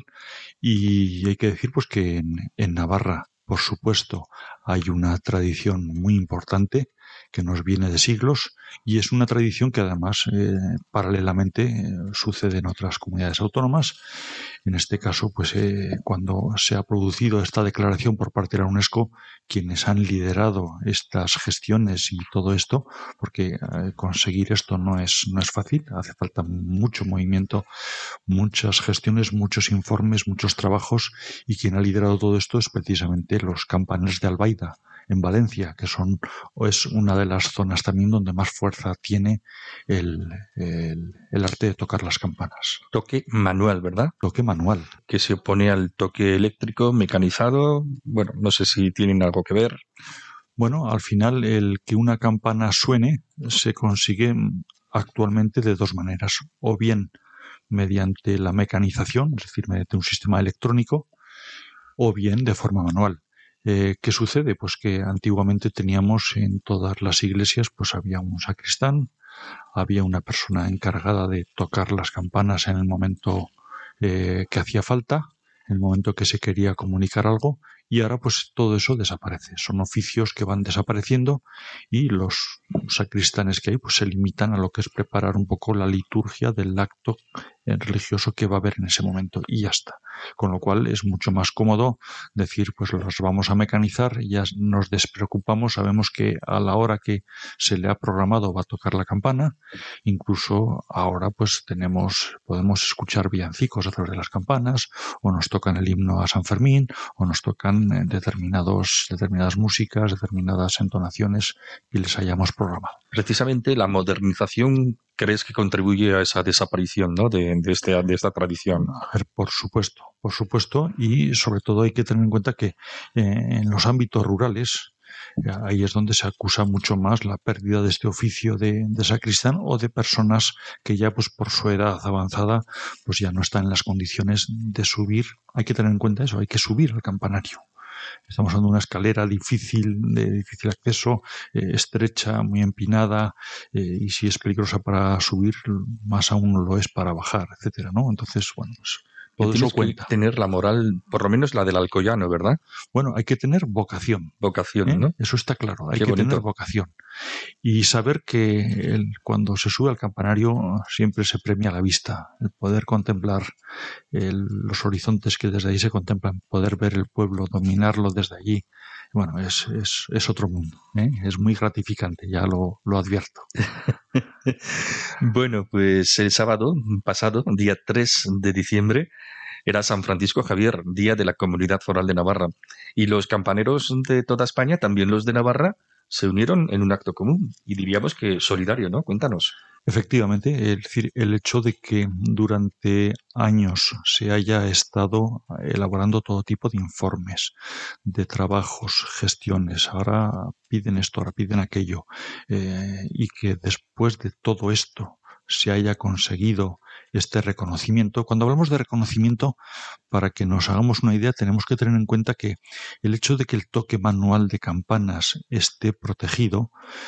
y hay que decir pues que en, en Navarra, por supuesto, hay una tradición muy importante que nos viene de siglos y es una tradición que además eh, paralelamente eh, sucede en otras comunidades autónomas. En este caso, pues eh, cuando se ha producido esta declaración por parte de la UNESCO, quienes han liderado estas gestiones y todo esto, porque eh, conseguir esto no es no es fácil, hace falta mucho movimiento, muchas gestiones, muchos informes, muchos trabajos, y quien ha liderado todo esto es precisamente los campaneros de Albaida, en Valencia, que son o es una de las zonas también donde más fuerza tiene el, el, el arte de tocar las campanas. Toque manual, ¿verdad? Toque manual. Que se opone al toque eléctrico, mecanizado. Bueno, no sé si tienen algo que ver. Bueno, al final el que una campana suene se consigue actualmente de dos maneras. O bien mediante la mecanización, es decir, mediante un sistema electrónico, o bien de forma manual. Eh, ¿Qué sucede? Pues que antiguamente teníamos en todas las iglesias, pues había un sacristán, había una persona encargada de tocar las campanas en el momento eh, que hacía falta, en el momento que se quería comunicar algo, y ahora pues todo eso desaparece. Son oficios que van desapareciendo y los sacristanes que hay pues se limitan a lo que es preparar un poco la liturgia del acto religioso que va a haber en ese momento y ya está. Con lo cual es mucho más cómodo decir pues los vamos a mecanizar, ya nos despreocupamos, sabemos que a la hora que se le ha programado va a tocar la campana. Incluso ahora pues tenemos podemos escuchar villancicos a través de las campanas, o nos tocan el himno a San Fermín, o nos tocan determinados determinadas músicas, determinadas entonaciones que les hayamos programado. Precisamente la modernización, ¿crees que contribuye a esa desaparición, ¿no? de, de, este, de esta tradición? A ver, por supuesto, por supuesto, y sobre todo hay que tener en cuenta que eh, en los ámbitos rurales ahí es donde se acusa mucho más la pérdida de este oficio de, de sacristán o de personas que ya pues por su edad avanzada pues ya no están en las condiciones de subir. Hay que tener en cuenta eso, hay que subir al campanario. Estamos hablando de una escalera difícil, de difícil acceso, eh, estrecha, muy empinada, eh, y si es peligrosa para subir, más aún lo es para bajar, etcétera, ¿no? Entonces, bueno, pues Todo Tienes eso cuenta. que tener la moral, por lo menos la del alcoyano, ¿verdad? Bueno, hay que tener vocación. Vocación, ¿eh? ¿no? Eso está claro, hay Qué que bonito. tener vocación. Y saber que el, cuando se sube al campanario siempre se premia la vista, el poder contemplar el, los horizontes que desde ahí se contemplan, poder ver el pueblo, dominarlo desde allí. Bueno, es, es, es otro mundo, ¿eh? Es muy gratificante, ya lo, lo advierto. Bueno, pues el sábado pasado, día tres de diciembre, era San Francisco Javier, día de la Comunidad Foral de Navarra. Y los campaneros de toda España, también los de Navarra, se unieron en un acto común. Y diríamos que solidario, ¿no? Cuéntanos. Efectivamente, es decir, el hecho de que durante años se haya estado elaborando todo tipo de informes, de trabajos, gestiones, ahora piden esto, ahora piden aquello, eh, y que después de todo esto se haya conseguido este reconocimiento. Cuando hablamos de reconocimiento, para que nos hagamos una idea, tenemos que tener en cuenta que el hecho de que el toque manual de campanas esté protegido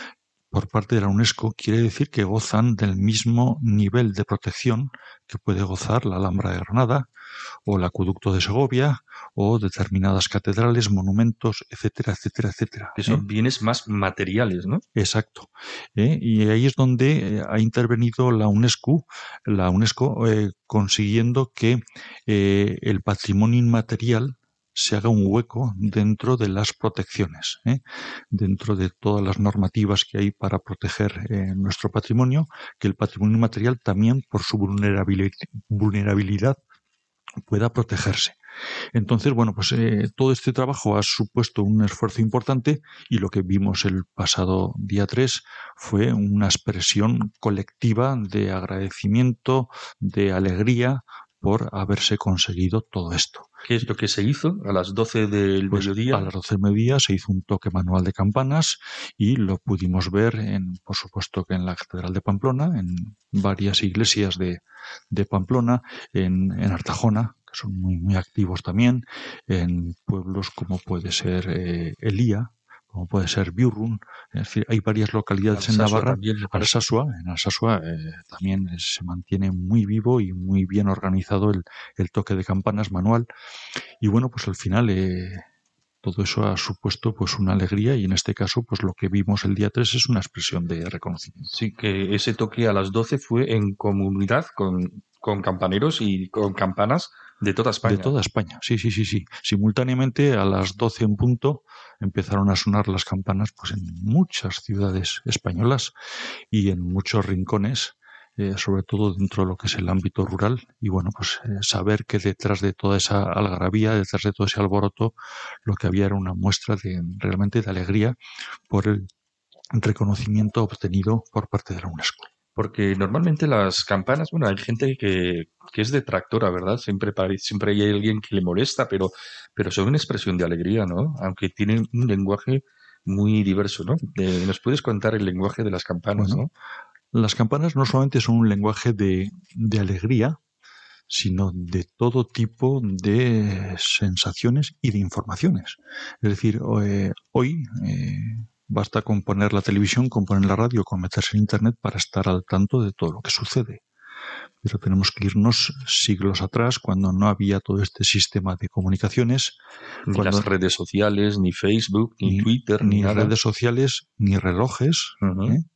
por parte de la UNESCO quiere decir que gozan del mismo nivel de protección que puede gozar la Alhambra de Granada o el Acueducto de Segovia o determinadas catedrales, monumentos, etcétera, etcétera, etcétera. Que son ¿eh? bienes más materiales, ¿no? Exacto. ¿eh? Y ahí es donde ha intervenido la UNESCO, la UNESCO eh, consiguiendo que eh, el patrimonio inmaterial se haga un hueco dentro de las protecciones, ¿eh? dentro de todas las normativas que hay para proteger eh, nuestro patrimonio, que el patrimonio inmaterial también por su vulnerabilidad, vulnerabilidad pueda protegerse. Entonces, bueno, pues eh, todo este trabajo ha supuesto un esfuerzo importante y lo que vimos el pasado día tres fue una expresión colectiva de agradecimiento, de alegría por haberse conseguido todo esto. ¿Qué es lo que se hizo a las doce del pues mediodía? A las doce del mediodía se hizo un toque manual de campanas y lo pudimos ver, en, por supuesto, que en la Catedral de Pamplona, en varias iglesias de, de Pamplona, en, en Artajona, que son muy, muy activos también, en pueblos como puede ser eh, Elía, como puede ser Biurrun, es decir, hay varias localidades en Navarra. Alsasua, en Alsasua eh, también se mantiene muy vivo y muy bien organizado el, el toque de campanas manual. Y bueno, pues al final eh, todo eso ha supuesto pues una alegría y en este caso pues lo que vimos el día tres es una expresión de reconocimiento. Sí, que ese toque a las doce fue en comunidad con, con campaneros y con campanas de toda España. De toda España, sí, sí, sí, sí. Simultáneamente a las doce en punto empezaron a sonar las campanas pues en muchas ciudades españolas y en muchos rincones, eh, sobre todo dentro de lo que es el ámbito rural. Y bueno, pues eh, saber que detrás de toda esa algarabía, detrás de todo ese alboroto, lo que había era una muestra de realmente de alegría por el reconocimiento obtenido por parte de la UNESCO. Porque normalmente las campanas, bueno, hay gente que, que es detractora, ¿verdad? Siempre, siempre hay alguien que le molesta, pero, pero son una expresión de alegría, ¿no? Aunque tienen un lenguaje muy diverso, ¿no? De, ¿nos puedes contar el lenguaje de las campanas, bueno, no? Las campanas no solamente son un lenguaje de, de alegría, sino de todo tipo de sensaciones y de informaciones. Es decir, eh, hoy... Eh, Basta con poner la televisión, con poner la radio, con meterse en Internet para estar al tanto de todo lo que sucede. Pero tenemos que irnos siglos atrás, cuando no había todo este sistema de comunicaciones. Ni cuando, las redes sociales, ni Facebook, ni, ni Twitter, ni, ni nada. redes sociales, ni relojes. Uh-huh. ¿eh?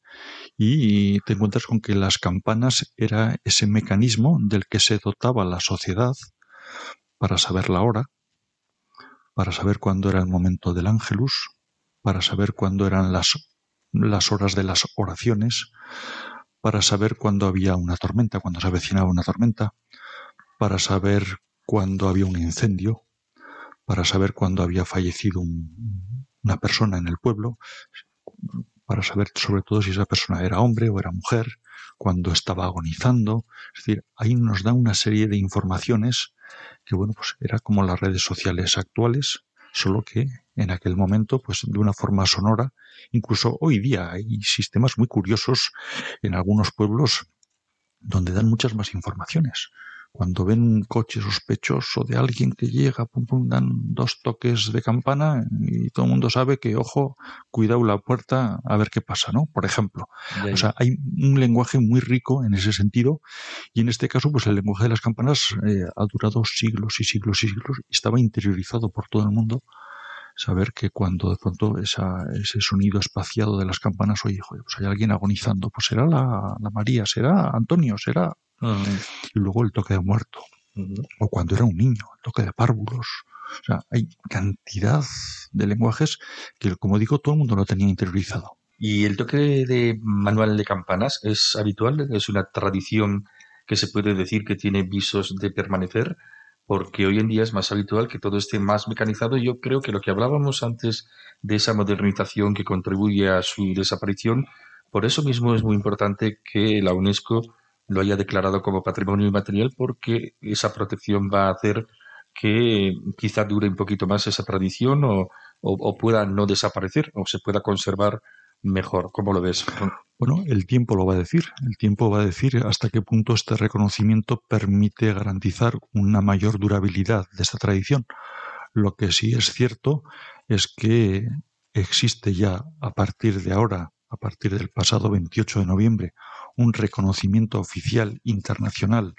Y te encuentras con que las campanas era ese mecanismo del que se dotaba la sociedad para saber la hora, para saber cuándo era el momento del ángelus, para saber cuándo eran las, las horas de las oraciones, para saber cuándo había una tormenta, cuándo se avecinaba una tormenta, para saber cuándo había un incendio, para saber cuándo había fallecido un, una persona en el pueblo, para saber sobre todo si esa persona era hombre o era mujer, cuándo estaba agonizando. Es decir, ahí nos da una serie de informaciones que, bueno, pues era como las redes sociales actuales, solo que en aquel momento, pues de una forma sonora. Incluso hoy día hay sistemas muy curiosos en algunos pueblos donde dan muchas más informaciones. Cuando ven un coche sospechoso de alguien que llega, pum, pum, dan dos toques de campana y todo el mundo sabe que, ojo, cuidado la puerta a ver qué pasa, ¿no? Por ejemplo. O sea, hay un lenguaje muy rico en ese sentido y en este caso, pues el lenguaje de las campanas eh, ha durado siglos y siglos y siglos y estaba interiorizado por todo el mundo. Saber que cuando de pronto esa, ese sonido espaciado de las campanas, oye, joder, pues hay alguien agonizando, pues será la, la María, será Antonio, será... Uh-huh. Y luego el toque de muerto. Uh-huh. O cuando era un niño, el toque de párvulos. O sea, hay cantidad de lenguajes que, como digo, todo el mundo lo tenía interiorizado. ¿Y el toque de manual de campanas es habitual? ¿Es una tradición que se puede decir que tiene visos de permanecer? Porque hoy en día es más habitual que todo esté más mecanizado. Yo creo que lo que hablábamos antes de esa modernización que contribuye a su desaparición, por eso mismo es muy importante que la UNESCO lo haya declarado como patrimonio inmaterial, porque esa protección va a hacer que quizá dure un poquito más esa tradición o, o, o pueda no desaparecer o se pueda conservar mejor. ¿Cómo lo ves? Bueno, el tiempo lo va a decir. El tiempo va a decir hasta qué punto este reconocimiento permite garantizar una mayor durabilidad de esta tradición. Lo que sí es cierto es que existe ya a partir de ahora, a partir del pasado veintiocho de noviembre, un reconocimiento oficial internacional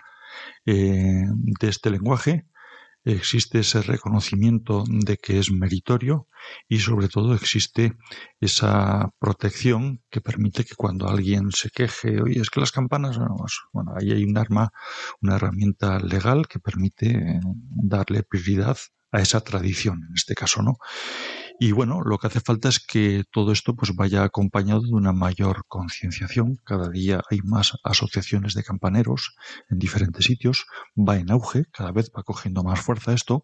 eh, de este lenguaje. Existe ese reconocimiento de que es meritorio y sobre todo existe esa protección que permite que cuando alguien se queje, oye, es que las campanas, bueno, ahí hay un arma, una herramienta legal que permite darle prioridad a esa tradición, en este caso, ¿no? Y bueno, lo que hace falta es que todo esto pues vaya acompañado de una mayor concienciación. Cada día hay más asociaciones de campaneros en diferentes sitios, va en auge, cada vez va cogiendo más fuerza esto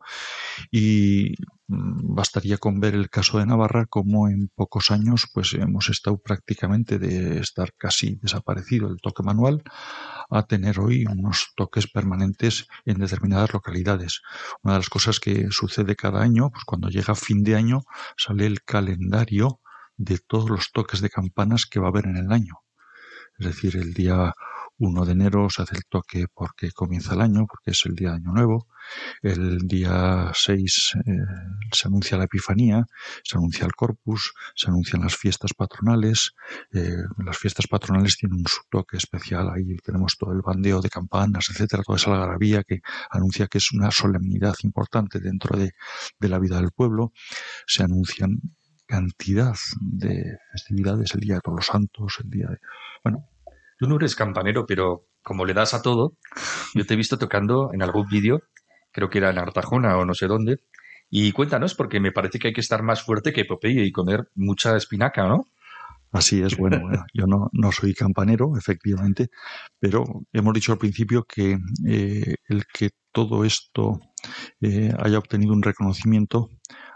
y bastaría con ver el caso de Navarra, como en pocos años pues hemos estado prácticamente de estar casi desaparecido el toque manual a tener hoy unos toques permanentes en determinadas localidades. Una de las cosas que sucede cada año, pues cuando llega fin de año, sale el calendario de todos los toques de campanas que va a haber en el año. Es decir, el día uno de enero se hace el toque porque comienza el año, porque es el día de Año Nuevo. El día seis eh, se anuncia la Epifanía, se anuncia el Corpus, se anuncian las fiestas patronales. Eh, las fiestas patronales tienen su toque especial. Ahí tenemos todo el bandeo de campanas, etcétera, toda esa algarabía que anuncia que es una solemnidad importante dentro de, de la vida del pueblo. Se anuncian cantidad de festividades, el Día de Todos los Santos, el día de... Bueno, tú no eres campanero, pero como le das a todo, yo te he visto tocando en algún vídeo, creo que era en Artajona o no sé dónde, y cuéntanos, porque me parece que hay que estar más fuerte que Popeye y comer mucha espinaca, ¿no? Así es, bueno, bueno yo no, no soy campanero, efectivamente, pero hemos dicho al principio que eh, el que todo esto eh, haya obtenido un reconocimiento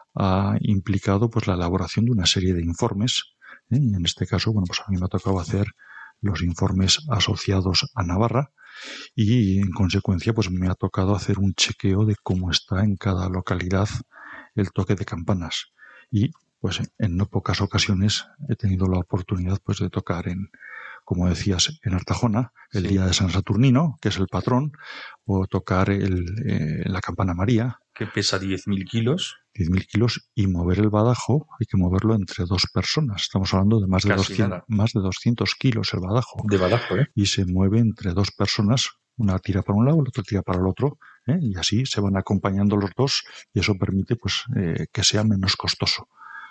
ha implicado pues la elaboración de una serie de informes, ¿eh? Y en este caso, bueno, pues a mí me ha tocado hacer los informes asociados a Navarra y en consecuencia pues me ha tocado hacer un chequeo de cómo está en cada localidad el toque de campanas y pues en no pocas ocasiones he tenido la oportunidad pues de tocar en, como decías, en Artajona, el sí. día de San Saturnino, que es el patrón, o tocar el, eh, la campana María, que pesa diez mil kilos. diez mil kilos y mover el badajo hay que moverlo entre dos personas. Estamos hablando de más de, doscientos, más de doscientos kilos el badajo. De badajo, ¿eh? Y se mueve entre dos personas, una tira para un lado, la otra tira para el otro, ¿eh? Y así se van acompañando los dos y eso permite pues eh, que sea menos costoso.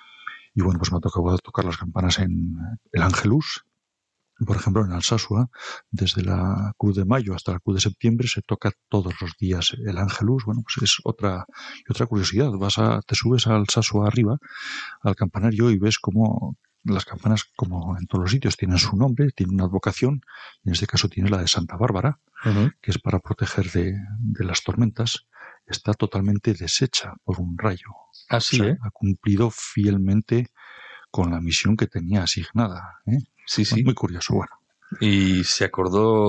Y bueno, pues me ha tocado tocar las campanas en el Ángelus. Por ejemplo, en Alsasua, desde la Cruz de Mayo hasta la Cruz de Septiembre se toca todos los días el Ángelus. Bueno, pues es otra otra curiosidad. Vas a, te subes a Alsasua arriba, al campanario, y ves cómo las campanas, como en todos los sitios, tienen su nombre, tienen una advocación, y en este caso tiene la de Santa Bárbara, uh-huh. que es para proteger de, de las tormentas. Está totalmente deshecha por un rayo. Así, o sea, ¿eh? Ha cumplido fielmente con la misión que tenía asignada, ¿eh? Sí, sí. Muy curioso, bueno. Y se acordó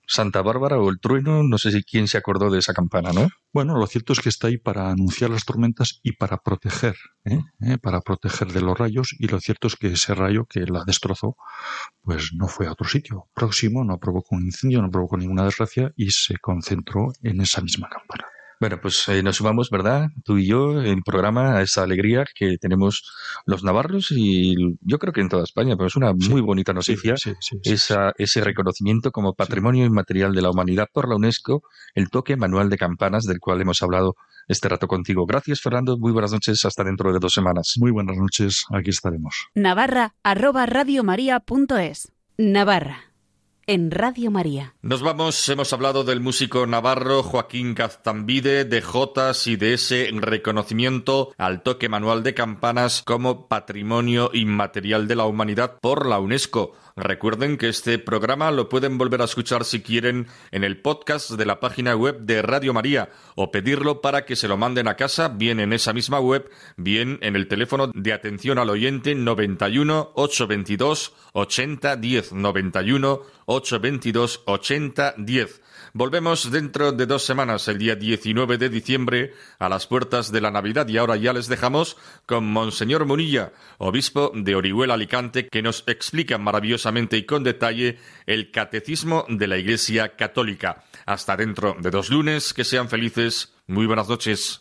Santa Bárbara o el trueno, no sé si quién se acordó de esa campana, ¿no? Bueno, lo cierto es que está ahí para anunciar las tormentas y para proteger, ¿eh? ¿Eh? para proteger de los rayos, y lo cierto es que ese rayo que la destrozó, pues no fue a otro sitio próximo, no provocó un incendio, no provocó ninguna desgracia y se concentró en esa misma campana. Bueno, pues eh, nos sumamos, ¿verdad? Tú y yo, en el programa, a esa alegría que tenemos los navarros y yo creo que en toda España, pero es una Sí, muy bonita noticia, sí, sí, sí, sí, esa, ese reconocimiento como Patrimonio Inmaterial de la Humanidad por la UNESCO, el toque manual de campanas del cual hemos hablado este rato contigo. Gracias, Fernando. Muy buenas noches. Hasta dentro de dos semanas. Muy buenas noches. Aquí estaremos. Navarra arroba radiomaria punto es. Navarra, en Radio María. Nos vamos, hemos hablado del músico navarro Joaquín Gaztambide, de jotas y de ese reconocimiento al toque manual de campanas como Patrimonio Inmaterial de la Humanidad por la UNESCO. Recuerden que este programa lo pueden volver a escuchar si quieren en el podcast de la página web de Radio María o pedirlo para que se lo manden a casa, bien en esa misma web, bien en el teléfono de atención al oyente noventa y uno, ochocientos veintidós, ochenta diez, noventa y uno, ochocientos veintidós, ochenta diez. Volvemos dentro de dos semanas, el día diecinueve de diciembre, a las puertas de la Navidad, y ahora ya les dejamos con Monseñor Munilla, obispo de Orihuela, Alicante, que nos explica maravillosamente y con detalle el catecismo de la Iglesia Católica. Hasta dentro de dos lunes, que sean felices. Muy buenas noches.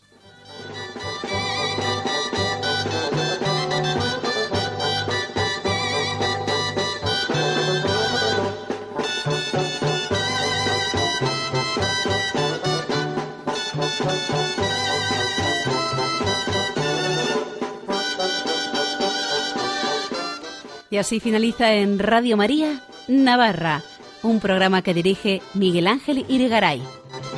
Y así finaliza en Radio María, Navarra, un programa que dirige Miguel Ángel Irigaray.